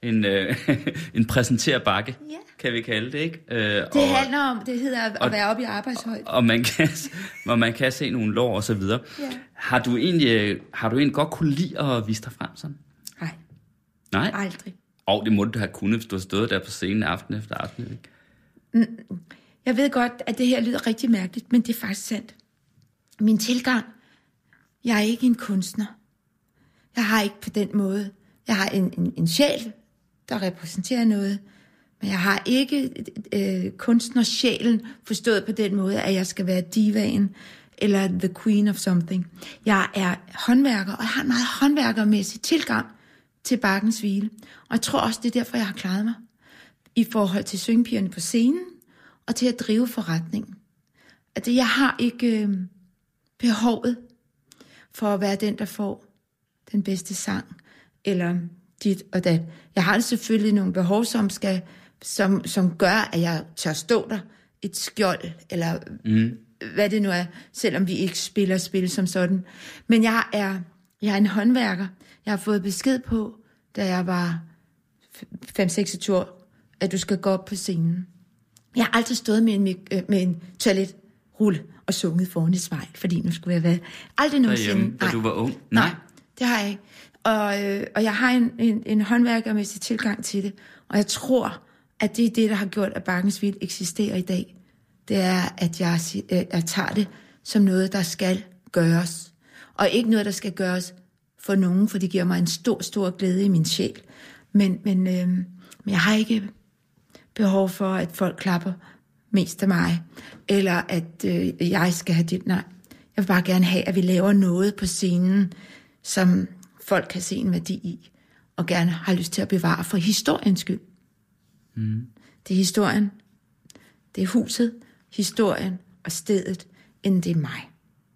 En præsenterbar bakke, kan vi kalde det, ikke?
Det handler om, det hedder at være oppe i arbejdshøjde.
Og man kan se nogle lår og så videre. Ja. Har du egentlig godt kunne lide at vise dig frem sådan? Nej?
Aldrig.
Det må du have kunnet, hvis du har stået der på scenen aften efter aften, ikke?
Jeg ved godt, at det her lyder rigtig mærkeligt, men det er faktisk sandt. Min tilgang, jeg er ikke en kunstner. Jeg har ikke på den måde. Jeg har en sjæl, der repræsenterer noget, men jeg har ikke kunstnersjælen forstået på den måde, at jeg skal være divaen eller the queen of something. Jeg er håndværker, og jeg har en meget håndværkermæssig tilgang til Bakkens Hvile. Og jeg tror også, det er derfor, jeg har klaret mig i forhold til syngepigerne på scenen, og til at drive forretningen. At jeg har ikke behovet for at være den, der får den bedste sang, eller dit og dat. Jeg har selvfølgelig nogle behov, som gør, at jeg tør stå der, et skjold, eller hvad det nu er, selvom vi ikke spiller spil som sådan. Men jeg er en håndværker. Jeg har fået besked på, da jeg var 5-26 år, at du skal gå op på scenen. Jeg har altid stået med en toiletrulle og sunget foran et spejl, fordi nu skulle jeg være aldrig nogensinde.
Da du var ung?
Nej, det har jeg ikke. Og jeg har en håndværkermæssig tilgang til det, og jeg tror, at det er det, der har gjort, at Bakkens Hvile eksisterer i dag. Det er, at jeg tager det som noget, der skal gøres, og ikke noget, der skal gøres for nogen, for det giver mig en stor, stor glæde i min sjæl. Men jeg har ikke behov for, at folk klapper mest af mig, eller at jeg skal have det. Nej, jeg vil bare gerne have, at vi laver noget på scenen, som folk kan se en værdi i, og gerne har lyst til at bevare for historiens skyld. Det er historien, det er huset, historien og stedet, end det er mig.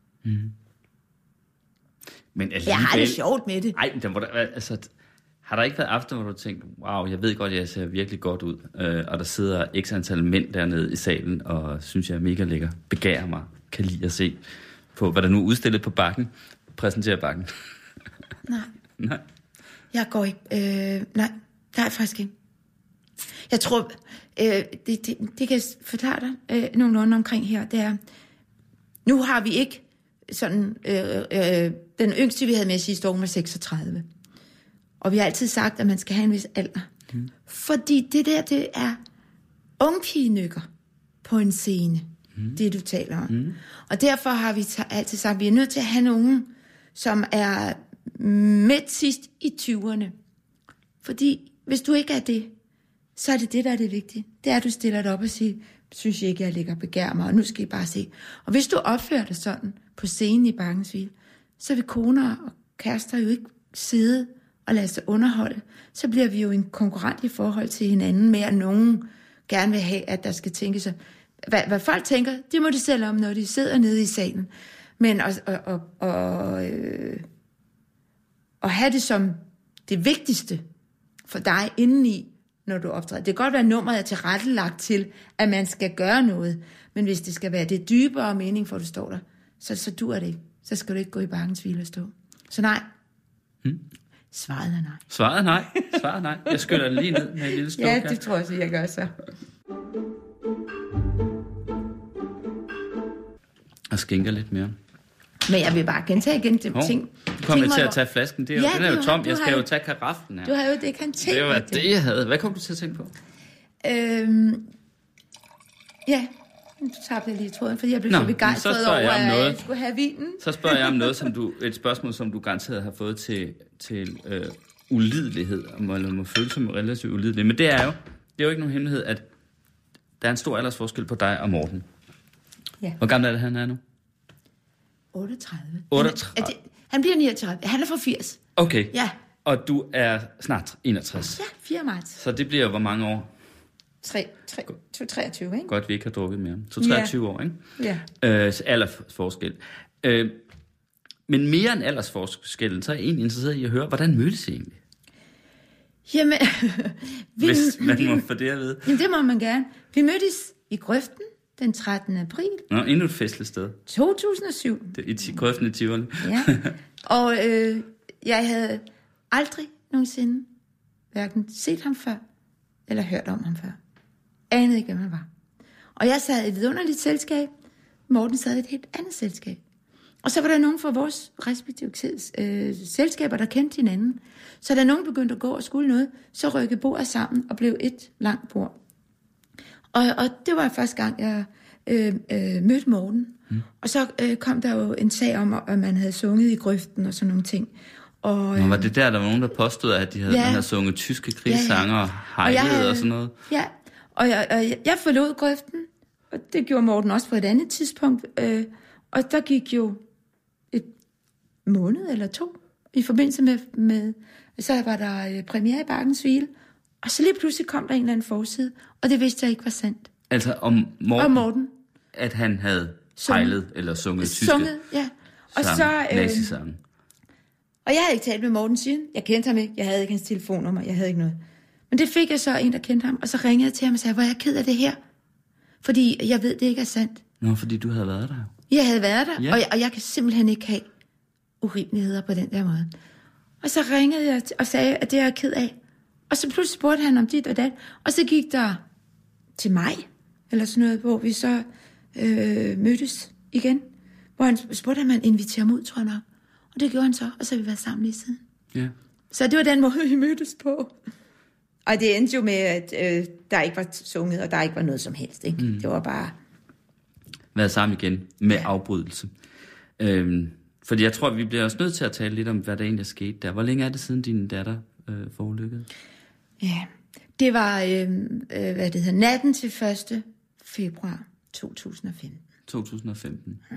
Men alligevel,
jeg har det sjovt med det.
Nej, har der ikke været aften, hvor du tænkte, wow, jeg ved godt, jeg ser virkelig godt ud, og der sidder x antal mænd dernede i salen, og synes, jeg er mega lækker, begærer mig, kan lide at se på, hvad der nu er udstillet på bakken, præsenterer bakken? Nej.
Jeg går ikke, nej, der er faktisk ikke. Jeg tror, det kan jeg forklare dig nogenlunde omkring her, det er, nu har vi ikke sådan, den yngste, vi havde med sidste år, var 36. Og vi har altid sagt, at man skal have en vis alder. Fordi det er ungpigenykker på en scene, det du taler om. Og derfor har vi altid sagt, at vi er nødt til at have nogen, som er midt sidst i 20'erne. Fordi hvis du ikke er det, så er det det, der er det vigtige. Det er, at du stiller dig op og siger, synes jeg ikke, jeg ligger og begærer mig, og nu skal I bare se. Og hvis du opfører dig sådan på scenen i Bakkens Hvile, så vil koner og kærester jo ikke sidde og lade sig underholde. Så bliver vi jo en konkurrent i forhold til hinanden, med at nogen gerne vil have, at der skal tænke sig. Hvad folk tænker, det må de selv om, når de sidder nede i salen. Men at have det som det vigtigste for dig indeni, når du optræder. Det kan godt være, at nummeret er tilrettelagt til, at man skal gøre noget. Men hvis det skal være det dybere mening, for du står der, så dur det ikke. Så skal du ikke gå i Bakkens Hvile og stå. Så nej. Svaret er nej.
Svaret er nej. Jeg skyller den lige ned med en lille sluk.
Ja, det tror jeg så, jeg gør så.
Og skænker lidt mere.
Men jeg vil bare gentage igen de ting.
Du kommer til at tage flasken. Den er jo tom. Jeg skal jo tage karaften her.
Du har jo dekanteret.
Det var det, jeg havde. Hvad kom du til at tænke på?
Ja, nu tabte jeg lige tråden, fordi jeg blev så begejstret over, at jeg skulle have vinen.
Så spørger jeg om noget, et spørgsmål, som du garanteret har fået til ulidelighed, eller må føle som relativt ulidelighed. Men det er jo ikke nogen hemmelighed, at der er en stor aldersforskel på dig og Morten.
Ja.
Hvor gammel er det, han er nu?
38.
38?
Han bliver 39. Han er fra 80.
Okay.
Ja.
Og du er snart 61.
Ja, 4 marts.
Så det bliver jo hvor mange år?
23, ikke?
Godt, vi ikke har drukket mere. Så 23 år, ikke?
Ja.
Aldersforskel. Men mere end aldersforskellen, så er jeg egentlig interesseret i at høre, hvordan mødtes I egentlig?
Jamen,
Hvis man må få det at vide.
Jamen, det må man gerne. Vi mødtes i Grøften den 13. april.
Nå, endnu et festligt sted.
2007.
I Grøften i Tivoli.
Ja. Og jeg havde aldrig nogensinde hverken set ham før, eller hørt om ham før. Anede ikke, hvem han var. Og jeg sad i et vidunderligt selskab. Morten sad i et helt andet selskab. Og så var der nogen fra vores respektive selskaber, der kendte hinanden. Så da nogen begyndte at gå og skulle noget, så rykkede bordet sammen og blev et langt bord. Og det var første gang, jeg mødte Morten. Og så kom der jo en sag om, at man havde sunget i Grøften og sådan nogle ting. Og
var det der var nogen, der påstod, at de havde sunget tyske krigssanger og hejlede og sådan noget?
Ja, og jeg forlod Grøften, og det gjorde Morten også på et andet tidspunkt. Og der gik jo et måned eller 2 i forbindelse med så var der premiere i Bakkens Hvile, og så lige pludselig kom der en eller anden forside, og det vidste jeg ikke var sandt.
Altså om Morten. At han havde hejlet eller sunget tyske
ja. Og
nazisange.
Og jeg havde ikke talt med Morten siden. Jeg kendte ham ikke. Jeg havde ikke hans telefonnummer. Jeg havde ikke noget. Men det fik jeg så en, der kendte ham. Og så ringede jeg til ham og sagde, hvor er jeg ked af det her. Fordi jeg ved, det ikke er sandt.
Nå, fordi du havde været der.
Jeg havde været der,
ja.
og jeg kan simpelthen ikke have urimeligheder på den der måde. Og så ringede jeg og sagde, at det er jeg ked af. Og så pludselig spurgte han om dit og dat. Og så gik der til maj, eller sådan noget, hvor vi så mødtes igen. Hvor han spurgte, om man inviterer ham ud, tror jeg nok. Og det gjorde han så, og så har vi været sammen lige siden.
Ja.
Så det var den måde, vi mødtes på. Og det endte jo med, at der ikke var sunget, og der ikke var noget som helst. Ikke? Det var bare...
Været sammen igen med afbrydelse. Fordi jeg tror, vi bliver også nødt til at tale lidt om, hvad der egentlig skete der. Hvor længe er det siden din datter forulykkede?
Ja, det var natten til 1. februar 2015.
2015. Ja.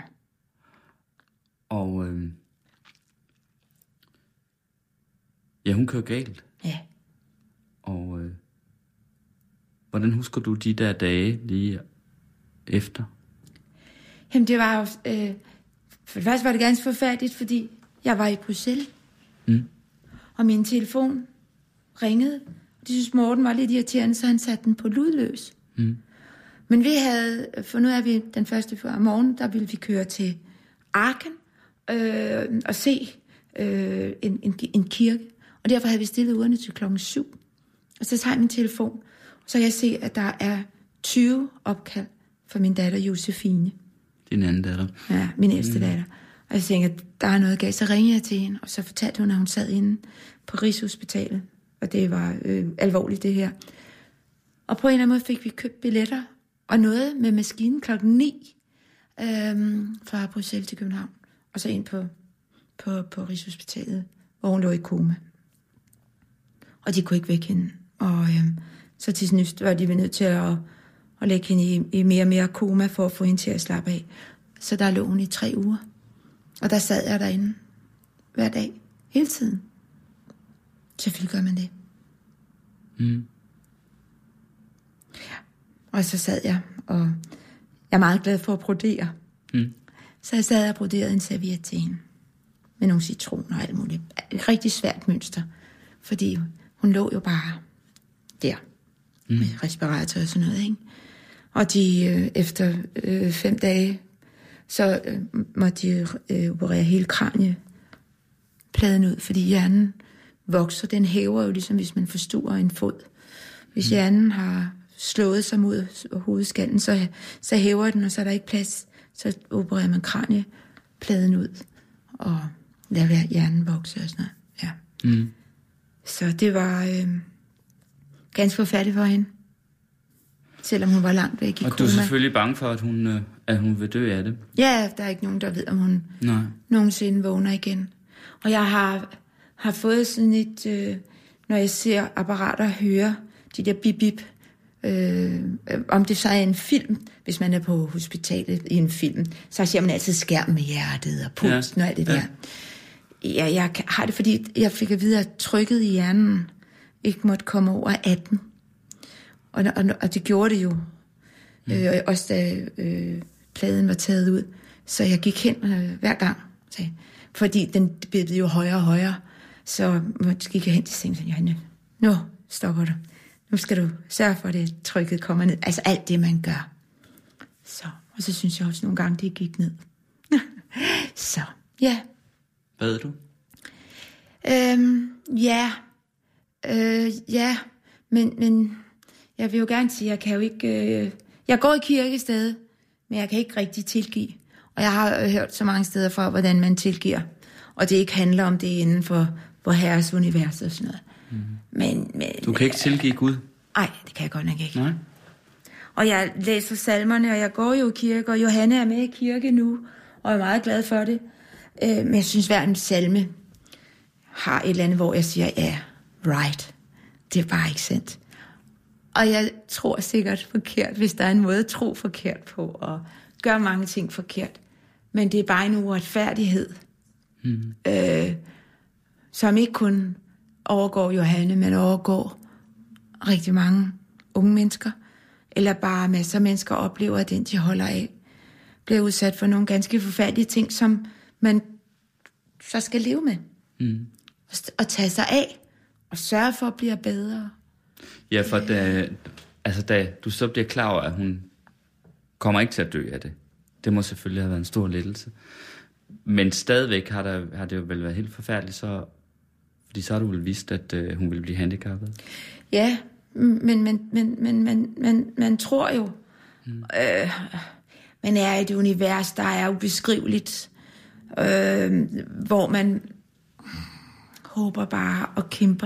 Og hun kører galt.
Ja.
Og hvordan husker du de der dage lige efter?
Jamen det var jo... for det første var det ganske forfærdeligt, fordi jeg var i Bruxelles. Og min telefon ringede. Og de synes, Morten var lidt irriterende, så han satte den på lydløs. Men vi havde fundet ud af, at vi den første morgen, der ville vi køre til Arken og se en kirke. Og derfor havde vi stillet ugerne til 7:00. Og så tager jeg min telefon, og så kan jeg se, at der er 20 opkald fra min datter Josefine.
Din anden datter?
Ja, min ældste datter. Og jeg tænkte, at der er noget galt. Så ringede jeg til hende, og så fortalte hun, at hun sad inde på Rigshospitalet. Og det var alvorligt, det her. Og på en eller anden måde fik vi købt billetter, og noget med maskinen 9:00 fra Bruxelles til København. Og så ind på Rigshospitalet, hvor hun lå i koma. Og de kunne ikke vække hende. Og så til sidst var de nødt til at lægge hende i mere og mere koma, for at få hende til at slappe af. Så der lå hun i 3 uger. Og der sad jeg derinde hver dag, hele tiden. Selvfølgelig gør man det. Ja. Og så sad jeg, og jeg er meget glad for at brodere. Så jeg sad og broderede en serviet til hende. Med nogle citroner og alt muligt. Et rigtig svært mønster. Fordi hun lå jo bare der. Med respirator og sådan noget, ikke? Og de efter 5 dage, så måtte de operere hele kraniepladen ud, fordi hjernen vokser. Den hæver jo ligesom, hvis man forstuer en fod. Hvis hjernen har slået sig mod hovedskallen, så hæver den, og så er der ikke plads. Så opererer man kraniepladen ud, og lader hjernen vokse og sådan noget. Ja. Så det var ganske forfærdeligt for hende. Selvom hun var langt væk i koma.
Og du er selvfølgelig bange for, at hun vil dø af det?
Ja, der er ikke nogen, der ved, om hun nogensinde vågner igen. Og jeg har har fået sådan et, når jeg ser apparater og hører de der bip-bip, om det så er en film, hvis man er på hospitalet i en film, så ser man altid skærmen med hjertet og pulsen og alt det der. Jeg har det, fordi jeg fik at vide, at trykket i hjernen ikke måtte komme over 18. Og det gjorde det jo. Også da pladen var taget ud. Så jeg gik hen hver gang. Fordi den blev jo højere og højere. Så gik jeg hen til sengen og sagde, Johanne, nu stopper du. Nu skal du sørge for, at det trykket kommer ned. Altså alt det, man gør. Så, og så synes jeg også nogle gange, det gik ned. Så, ja.
Bad du?
Ja. Men jeg vil jo gerne sige, jeg kan jo ikke... jeg går i kirke stadig, men jeg kan ikke rigtig tilgive. Og jeg har hørt så mange steder fra, hvordan man tilgiver. Og det ikke handler om det inden for Herres univers og sådan noget. Men
du kan ikke tilgive Gud?
Nej, det kan jeg godt nok ikke.
Nej.
Og jeg læser salmerne, og jeg går jo i kirke, og Johanne er med i kirke nu, og er meget glad for det. Men jeg synes, hver en salme har et eller andet, hvor jeg siger, ja, right. Det er bare ikke sandt. Og jeg tror sikkert forkert, hvis der er en måde at tro forkert på, og gøre mange ting forkert. Men det er bare en uretfærdighed, som ikke kun overgår Johanne, men overgår rigtig mange unge mennesker, eller bare masser af mennesker oplever, at den, de holder af, bliver udsat for nogle ganske forfærdelige ting, som man så skal leve med. Og tage sig af, og sørge for at blive bedre.
Ja, for da du så bliver klar over, at hun kommer ikke til at dø af det, det må selvfølgelig have været en stor lettelse. Men stadigvæk har det jo vel været helt forfærdeligt, fordi så har du vel vidst, at hun ville blive handicappet. Ja,
men man tror jo, man er i et univers, der er ubeskriveligt, hvor man håber bare og kæmper.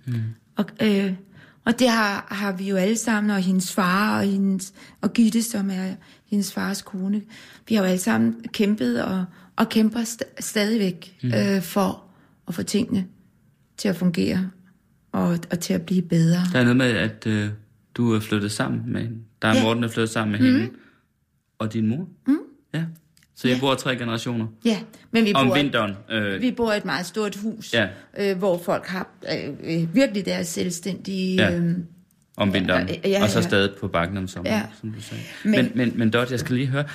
Og det har vi jo alle sammen, og hendes far og Gitte, som er hendes fars kone. Vi har jo alle sammen kæmpet og kæmper stadigvæk for at få tingene til at fungere og til at blive bedre.
Der er noget med, at du er flyttet sammen med hende. Der er Morten, der er flyttet sammen med hende. Og din mor? Ja. Så jeg bor 3 generationer?
Ja, men vi bor
vinteren?
Vi bor i et meget stort hus, hvor folk har virkelig deres selvstændige...
om vinteren, og så stadig på bakken om sommeren, som du sagde. Men Dot, jeg skal lige høre...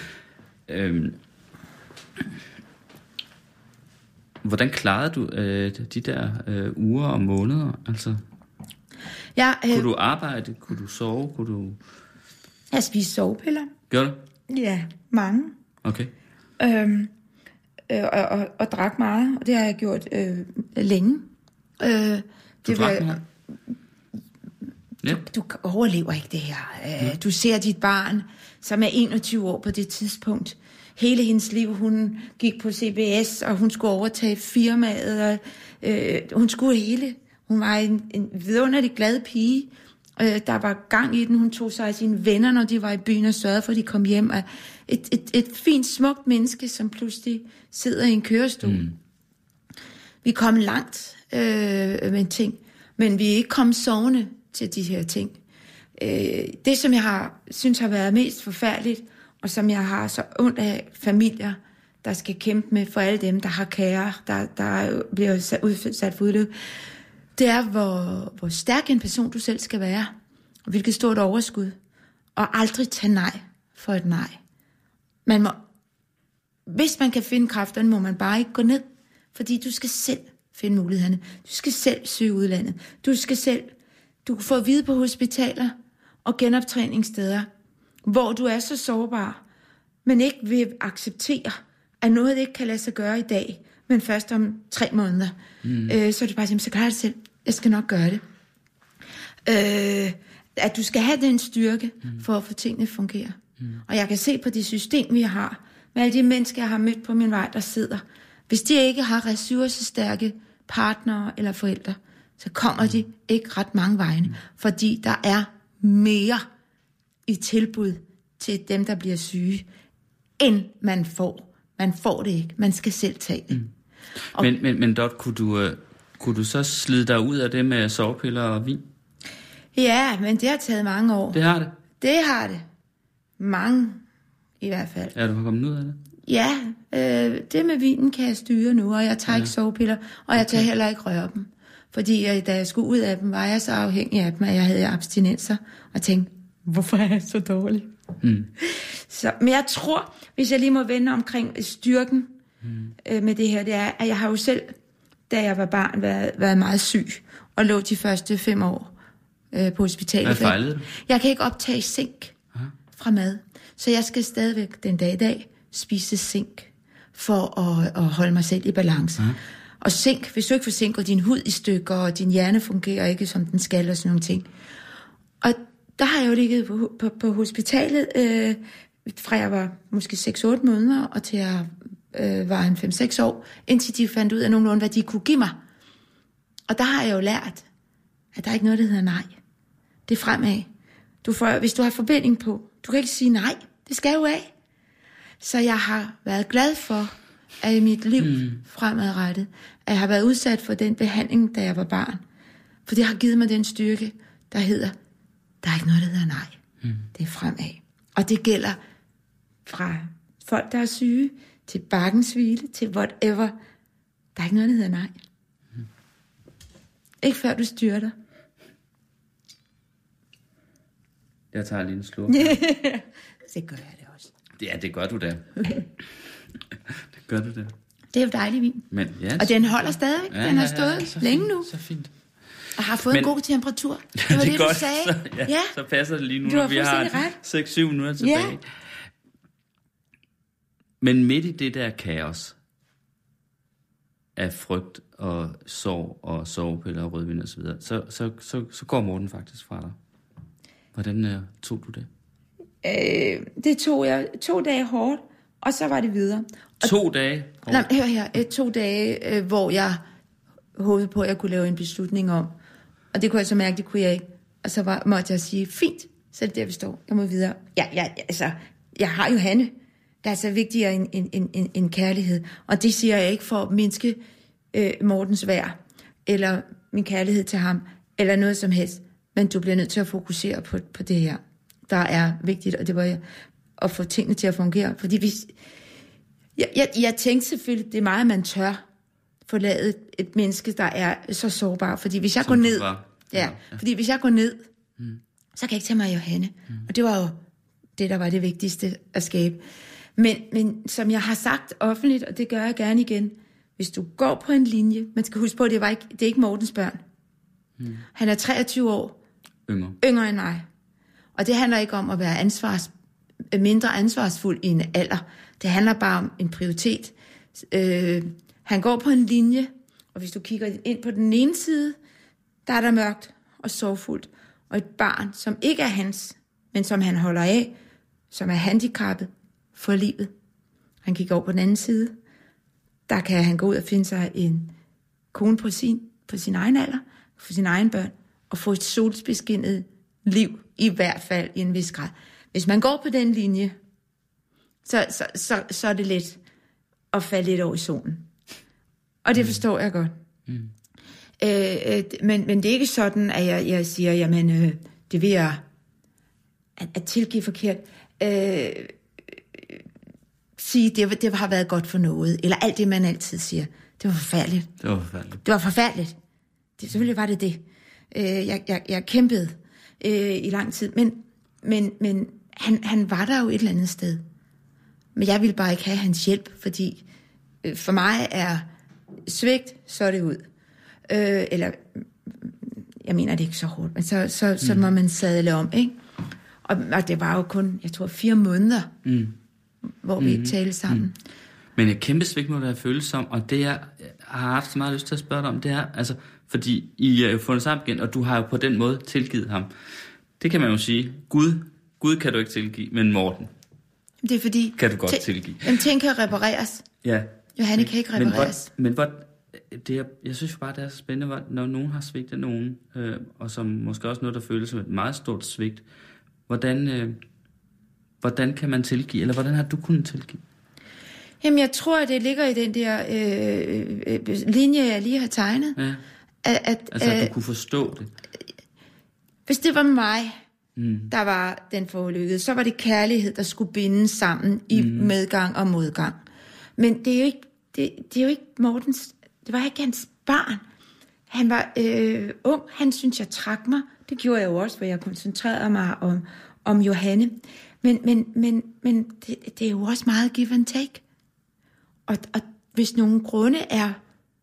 hvordan klarede du de der uger og måneder? Altså, kunne du arbejde? Kunne du sove? Kunne du...
Jeg spiste sovepiller.
Gjorde du?
Ja, mange.
Okay.
Og drak meget, og det har jeg gjort længe.
Du drak meget?
Du overlever ikke det her. Du ser dit barn, som er 21 år på det tidspunkt. Hele hendes liv, hun gik på CBS, og hun skulle overtage firmaet, og hun skulle hele. Hun var en vidunderlig glad pige. Der var gang i den. Hun tog sig af sine venner, når de var i byen, og sørgede for, at de kom hjem. Et fint, smukt menneske, som pludselig sidder i en kørestol. Vi kom langt med ting, men vi er ikke kommet sovende til de her ting. Det, som jeg synes har været mest forfærdeligt, og som jeg har så ondt af familier, der skal kæmpe med for alle dem, der har kære, der bliver udsat for ulykke, det er, hvor stærk en person du selv skal være, og hvilket stort overskud, og aldrig tage nej for et nej. Hvis man kan finde kræfterne, må man bare ikke gå ned, fordi du skal selv finde mulighederne. Du skal selv søge udlandet. Du kan få at vide på hospitaler og genoptræningssteder, hvor du er så sårbar, men ikke vil acceptere, at noget ikke kan lade sig gøre i dag, men først om 3 måneder. Så er det bare simpelthen, så klarer det selv. Jeg skal nok gøre det. At du skal have den styrke, for at få tingene fungere. Og jeg kan se på det system, vi har, med alle de mennesker, jeg har mødt på min vej, der sidder. Hvis de ikke har ressourcestærke partnere eller forældre, så kommer de ikke ret mange vegne. Fordi der er mere i tilbud til dem, der bliver syge, end man får. Man får det ikke. Man skal selv tage det.
Men Dot, kunne Kunne du så slide dig ud af det med sovepiller og vin?
Ja, men det har taget mange år.
Det har det?
Det har det. Mange, i hvert fald.
Ja, du har kommet ud af det?
Ja, det med vinen kan jeg styre nu, og jeg tager ikke sovepiller, og jeg tager heller ikke røre dem. Fordi da jeg skulle ud af dem, var jeg så afhængig af dem, at jeg havde abstinenser, og tænkte, hvorfor er jeg så dårlig? Men jeg tror, hvis jeg lige må vende omkring styrken med det her, det er, at jeg har jo selv, da jeg var barn, været meget syg, og lå de første 5 år på hospitalet.
Hvad fejlede du?
Jeg kan ikke optage zink fra mad, så jeg skal stadigvæk den dag i dag spise zink, for at holde mig selv i balance. Og zink, hvis du ikke får zink, går din hud i stykker, og din hjerne fungerer ikke, som den skal, og sådan nogle ting. Og der har jeg jo ligget på hospitalet, fra jeg var måske 6-8 måneder, og til jeg var en 5-6 år, indtil de fandt ud af nogenlunde, hvad de kunne give mig. Og der har jeg jo lært, at der er ikke noget, der hedder nej. Det er fremad. Hvis du har forbinding på, du kan ikke sige nej. Det skal jo af. Så jeg har været glad for, at i mit liv fremadrettet, at jeg har været udsat for den behandling, da jeg var barn. For det har givet mig den styrke, der hedder, der er ikke noget, der hedder nej. Det er fremad. Og det gælder fra folk, der er syge, til bakkensvile, til whatever. Der er ikke noget, der hedder nej. Ikke før du styrer dig.
Jeg tager lige en slurk.
Det gør jeg det også.
Ja, det gør du da. Det gør du da.
Det er jo dejlig vin.
Men, ja,
og den holder stadigvæk. Ja, den har stået længe nu.
Så fint.
Og har fået en god temperatur. Det var det,
godt,
du sagde.
Så passer det lige nu,
når
vi har 6-7 minutter tilbage. Ja. Men midt i det der kaos af frygt og sorg og sovepiller og rødvin og så videre, så går Morten faktisk fra dig. Hvordan tog du det?
Det tog jeg 2 dage hårdt, og så var det videre. Og
2 dage?
Nej, hør her. 2 dage, hvor jeg håbede på, at jeg kunne lave en beslutning om. Og det kunne jeg så mærke, det kunne jeg ikke. Og så måtte jeg sige, fint, så er det der, vi står. Jeg må videre. Jeg har jo Hanne, der er så vigtigere end kærlighed. Og det siger jeg ikke for at mindske Mortens værd, eller min kærlighed til ham, eller noget som helst. Men du bliver nødt til at fokusere på det her, der er vigtigt, og det var at få tingene til at fungere. Fordi hvis... Jeg tænkte selvfølgelig, det er meget, man tør forlade et menneske, der er så sårbar. Fordi hvis jeg går ned... Fordi hvis jeg går ned, så kan jeg ikke tage mig af Johanne. Og det var jo det, der var det vigtigste at skabe. Men som jeg har sagt offentligt, og det gør jeg gerne igen, hvis du går på en linje, man skal huske på, at det er ikke Mortens børn. Han er 23 år yngre end mig. Og det handler ikke om at være mindre ansvarsfuld i en alder. Det handler bare om en prioritet. Han går på en linje, og hvis du kigger ind på den ene side, der er der mørkt og sorgfuldt. Og et barn, som ikke er hans, men som han holder af, som er handicappet for livet. Han kigger over på den anden side. Der kan han gå ud og finde sig en kone på sin egen alder, for sine egne børn, og få et solbeskinnet liv, i hvert fald i en vis grad. Hvis man går på den linje, så er det let at falde lidt over i solen. Og det forstår jeg godt. Men det er ikke sådan, at jeg siger, jamen, det vil jeg at tilgive forkert. Sige, det har været godt for noget. Eller alt det, man altid siger. Det var forfærdeligt. Det var forfærdeligt. Selvfølgelig var det. Jeg kæmpede i lang tid. Men han var der jo et eller andet sted. Men jeg ville bare ikke have hans hjælp, fordi for mig er svigt, så er det ud. Eller, jeg mener det ikke så hårdt, men så må man sadle om, ikke? Og det var jo kun, jeg tror, 4 måneder, hvor vi ikke talte sammen.
Men et kæmpe svigt må være følsomt, og det jeg har haft så meget lyst til at spørge dig om, det er, altså, fordi I er jo fundet sammen igen, og du har jo på den måde tilgivet ham. Det kan man jo sige, Gud kan du ikke tilgive, men Morten,
det er fordi,
kan du godt tilgive.
Jamen, ting kan repareres.
Ja.
Johanne kan ikke repareres.
Men jeg synes jo bare, det er så spændende, når nogen har svigtet nogen, og som måske også noget, der føles som et meget stort svigt. Hvordan kan man tilgive, eller hvordan har du kunnet tilgive?
Jamen, jeg tror, at det ligger i den der linje, jeg lige har tegnet. Ja.
at du kunne forstå det.
Hvis det var mig, der var den forulykkede, så var det kærlighed, der skulle binde sammen i medgang og modgang. Men det er jo ikke, det er jo ikke Mortens, det var ikke hans barn. Han var ung, han synes, jeg trak mig. Det gjorde jeg jo også, hvor jeg koncentrerede mig om Johanne. Men det er jo også meget give and take. Og hvis nogle grunde er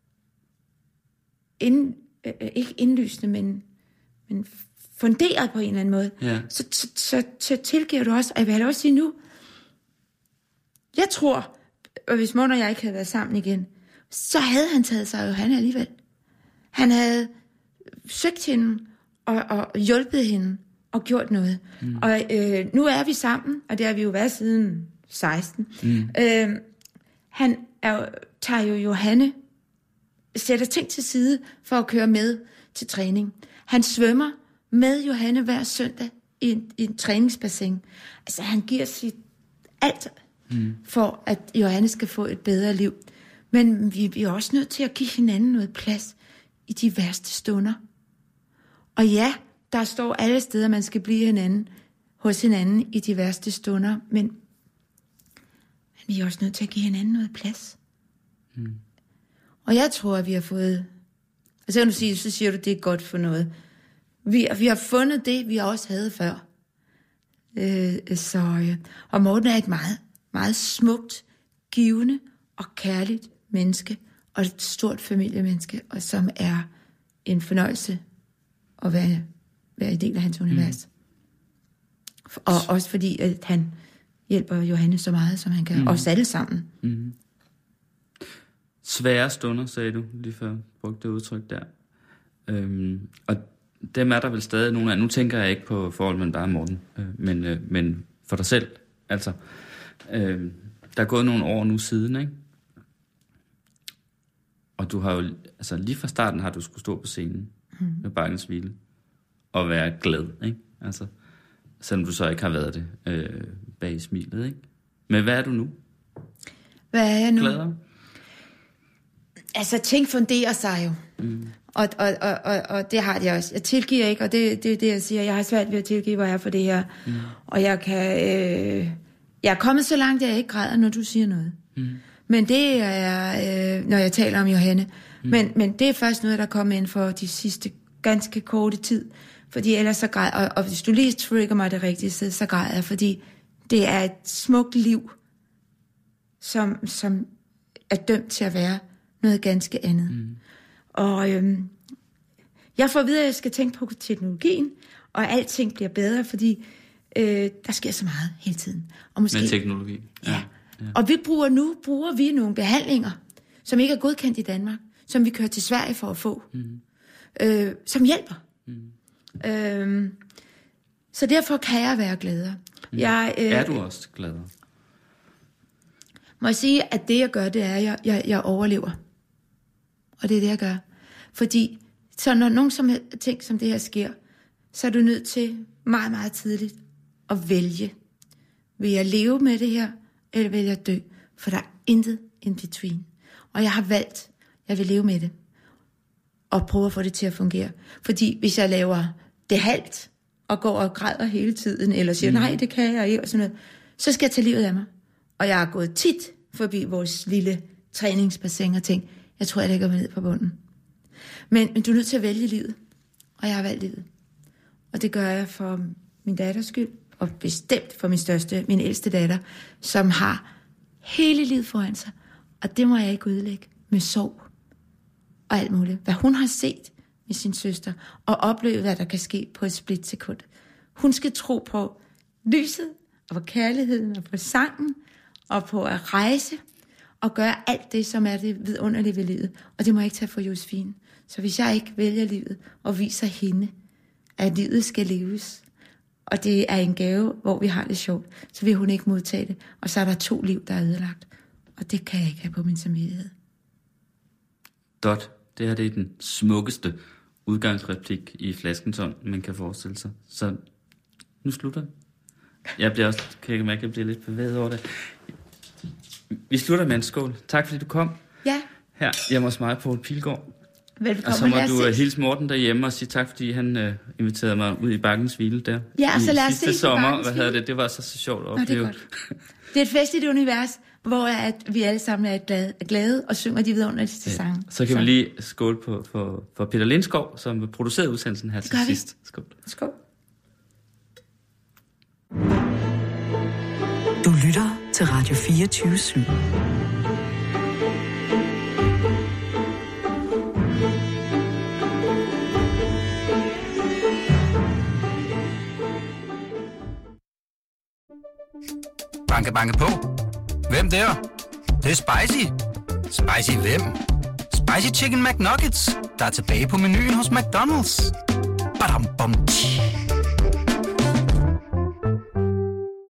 ikke indlysende, men funderet på en eller anden måde, så tilgiver du også, og jeg vil også sige nu, jeg tror, og hvis Morten og jeg ikke havde været sammen igen, så havde han taget sig af Johanne alligevel. Han havde søgt hende og hjulpet hende og gjort noget. Og nu er vi sammen, og det har vi jo været siden 16. Han tager jo Johanne, sætter ting til side for at køre med til træning. Han svømmer med Johanne hver søndag i en træningsbassin. Altså han giver sit alt for, at Johanne skal få et bedre liv. Men vi er også nødt til at give hinanden noget plads i de værste stunder. Og ja, der står alle steder, man skal blive hos hinanden i de værste stunder, men vi er også nødt til at give hinanden noget plads. Og jeg tror, at vi har fået... Og så siger du, det er godt for noget. Vi har fundet det, vi også havde før. Og Morten er et meget, meget smukt, givende og kærligt menneske, og et stort familiemenneske, og som er en fornøjelse at være en del af hans univers. Og også fordi, at han hjælper Johanne så meget, som han kan. Os alle sammen.
Svære stunder, sagde du lige før, brugte det udtryk der. Og dem er der vel stadig nogle af. Nu tænker jeg ikke på forhold mellem dig og Morten, men for dig selv. Altså, der er gået nogle år nu siden, ikke? Og du har jo, altså lige fra starten har du skulle stå på scenen med Bakkens Hvile og være glad, ikke? Altså, selvom du så ikke har været det bag smilet, ikke? Men hvad er du nu?
Hvad er jeg nu?
Gladere?
Altså, ting funderer sig jo. Og det har jeg også. Jeg tilgiver ikke, og det er det, jeg siger. Jeg har svært ved at tilgive, hvor jeg er for det her. Og jeg kan... jeg er kommet så langt, at jeg ikke græder, når du siger noget. Men det er, når jeg taler om Johanne. Men det er først noget, der kommer ind for de sidste ganske korte tid. Fordi ellers så græder... Og hvis du lige trigger mig det rigtige sted, så græder jeg, fordi det er et smukt liv, som er dømt til at være noget ganske andet. Og jeg får videre, at jeg skal tænke på teknologien, og alting bliver bedre, fordi der sker så meget hele tiden. Og måske,
med teknologi?
Ja. Og vi bruger vi nogle behandlinger, som ikke er godkendt i Danmark, som vi kører til Sverige for at få, som hjælper. Så derfor kan jeg være gladere.
Er du også gladere?
Må jeg sige, at det jeg gør, det er, at jeg overlever. Og det er det, jeg gør. Fordi så når nogle ting som det her sker, så er du nødt til meget, meget tidligt at vælge. Vil jeg leve med det her, eller vil jeg dø? For der er intet in between. Og jeg har valgt, jeg vil leve med det. Og prøve at få det til at fungere. Fordi hvis jeg laver det halvt, og går og græder hele tiden, eller siger, nej, det kan jeg ikke, og sådan noget, så skal jeg tage livet af mig. Og jeg har gået tit forbi vores lille træningsbassin og tænkt, jeg tror, jeg lægger mig ned på bunden. Men du er nødt til at vælge livet. Og jeg har valgt livet. Og det gør jeg for min datters skyld, og bestemt for min ældste datter, som har hele livet foran sig. Og det må jeg ikke udlægge med sorg og alt muligt. Hvad hun har set med sin søster, og oplevet, hvad der kan ske på et splitsekund. Hun skal tro på lyset, og på kærligheden, og på sangen, og på at rejse, og gøre alt det, som er det vidunderlige ved livet. Og det må jeg ikke tage for Josefine. Så hvis jeg ikke vælger livet, og viser hende, at livet skal leves, og det er en gave, hvor vi har det sjovt, så vil hun ikke modtage det. Og så er der 2 liv, der er ødelagt. Og det kan jeg ikke have på min samvittighed.
Dot, det her det er den smukkeste udgangsreplik i Flaskens Ånd, man kan forestille sig. Så nu slutter. Jeg bliver også, kan jeg mærke, at jeg bliver lidt bevæget over det. Vi slutter med en skål. Tak fordi du kom.
Ja.
Her hjemme hos mig, Poul Pilgaard.
Velkommen.
Og så må du hilse Morten derhjemme og sige tak, fordi han inviterede mig ud i Bakkens Hvile der.
Ja, så lad os
sidste
se
sommer. Hvad hedder det? Det var så sjovt at opleve.
Det er et festligt univers, hvor vi alle sammen er glade og synger de vidunderligste sange.
Så kan vi lige skåle for Peter Lindskov, som producerede udsendelsen her til sidst. Skål.
Skål.
Du lytter til Radio 24/7.
Banke, banke på. Hvem der? Det er spicy. Spicy hvem? Spicy Chicken McNuggets, der er tilbage på menuen hos McDonald's. Badum, bom, tji.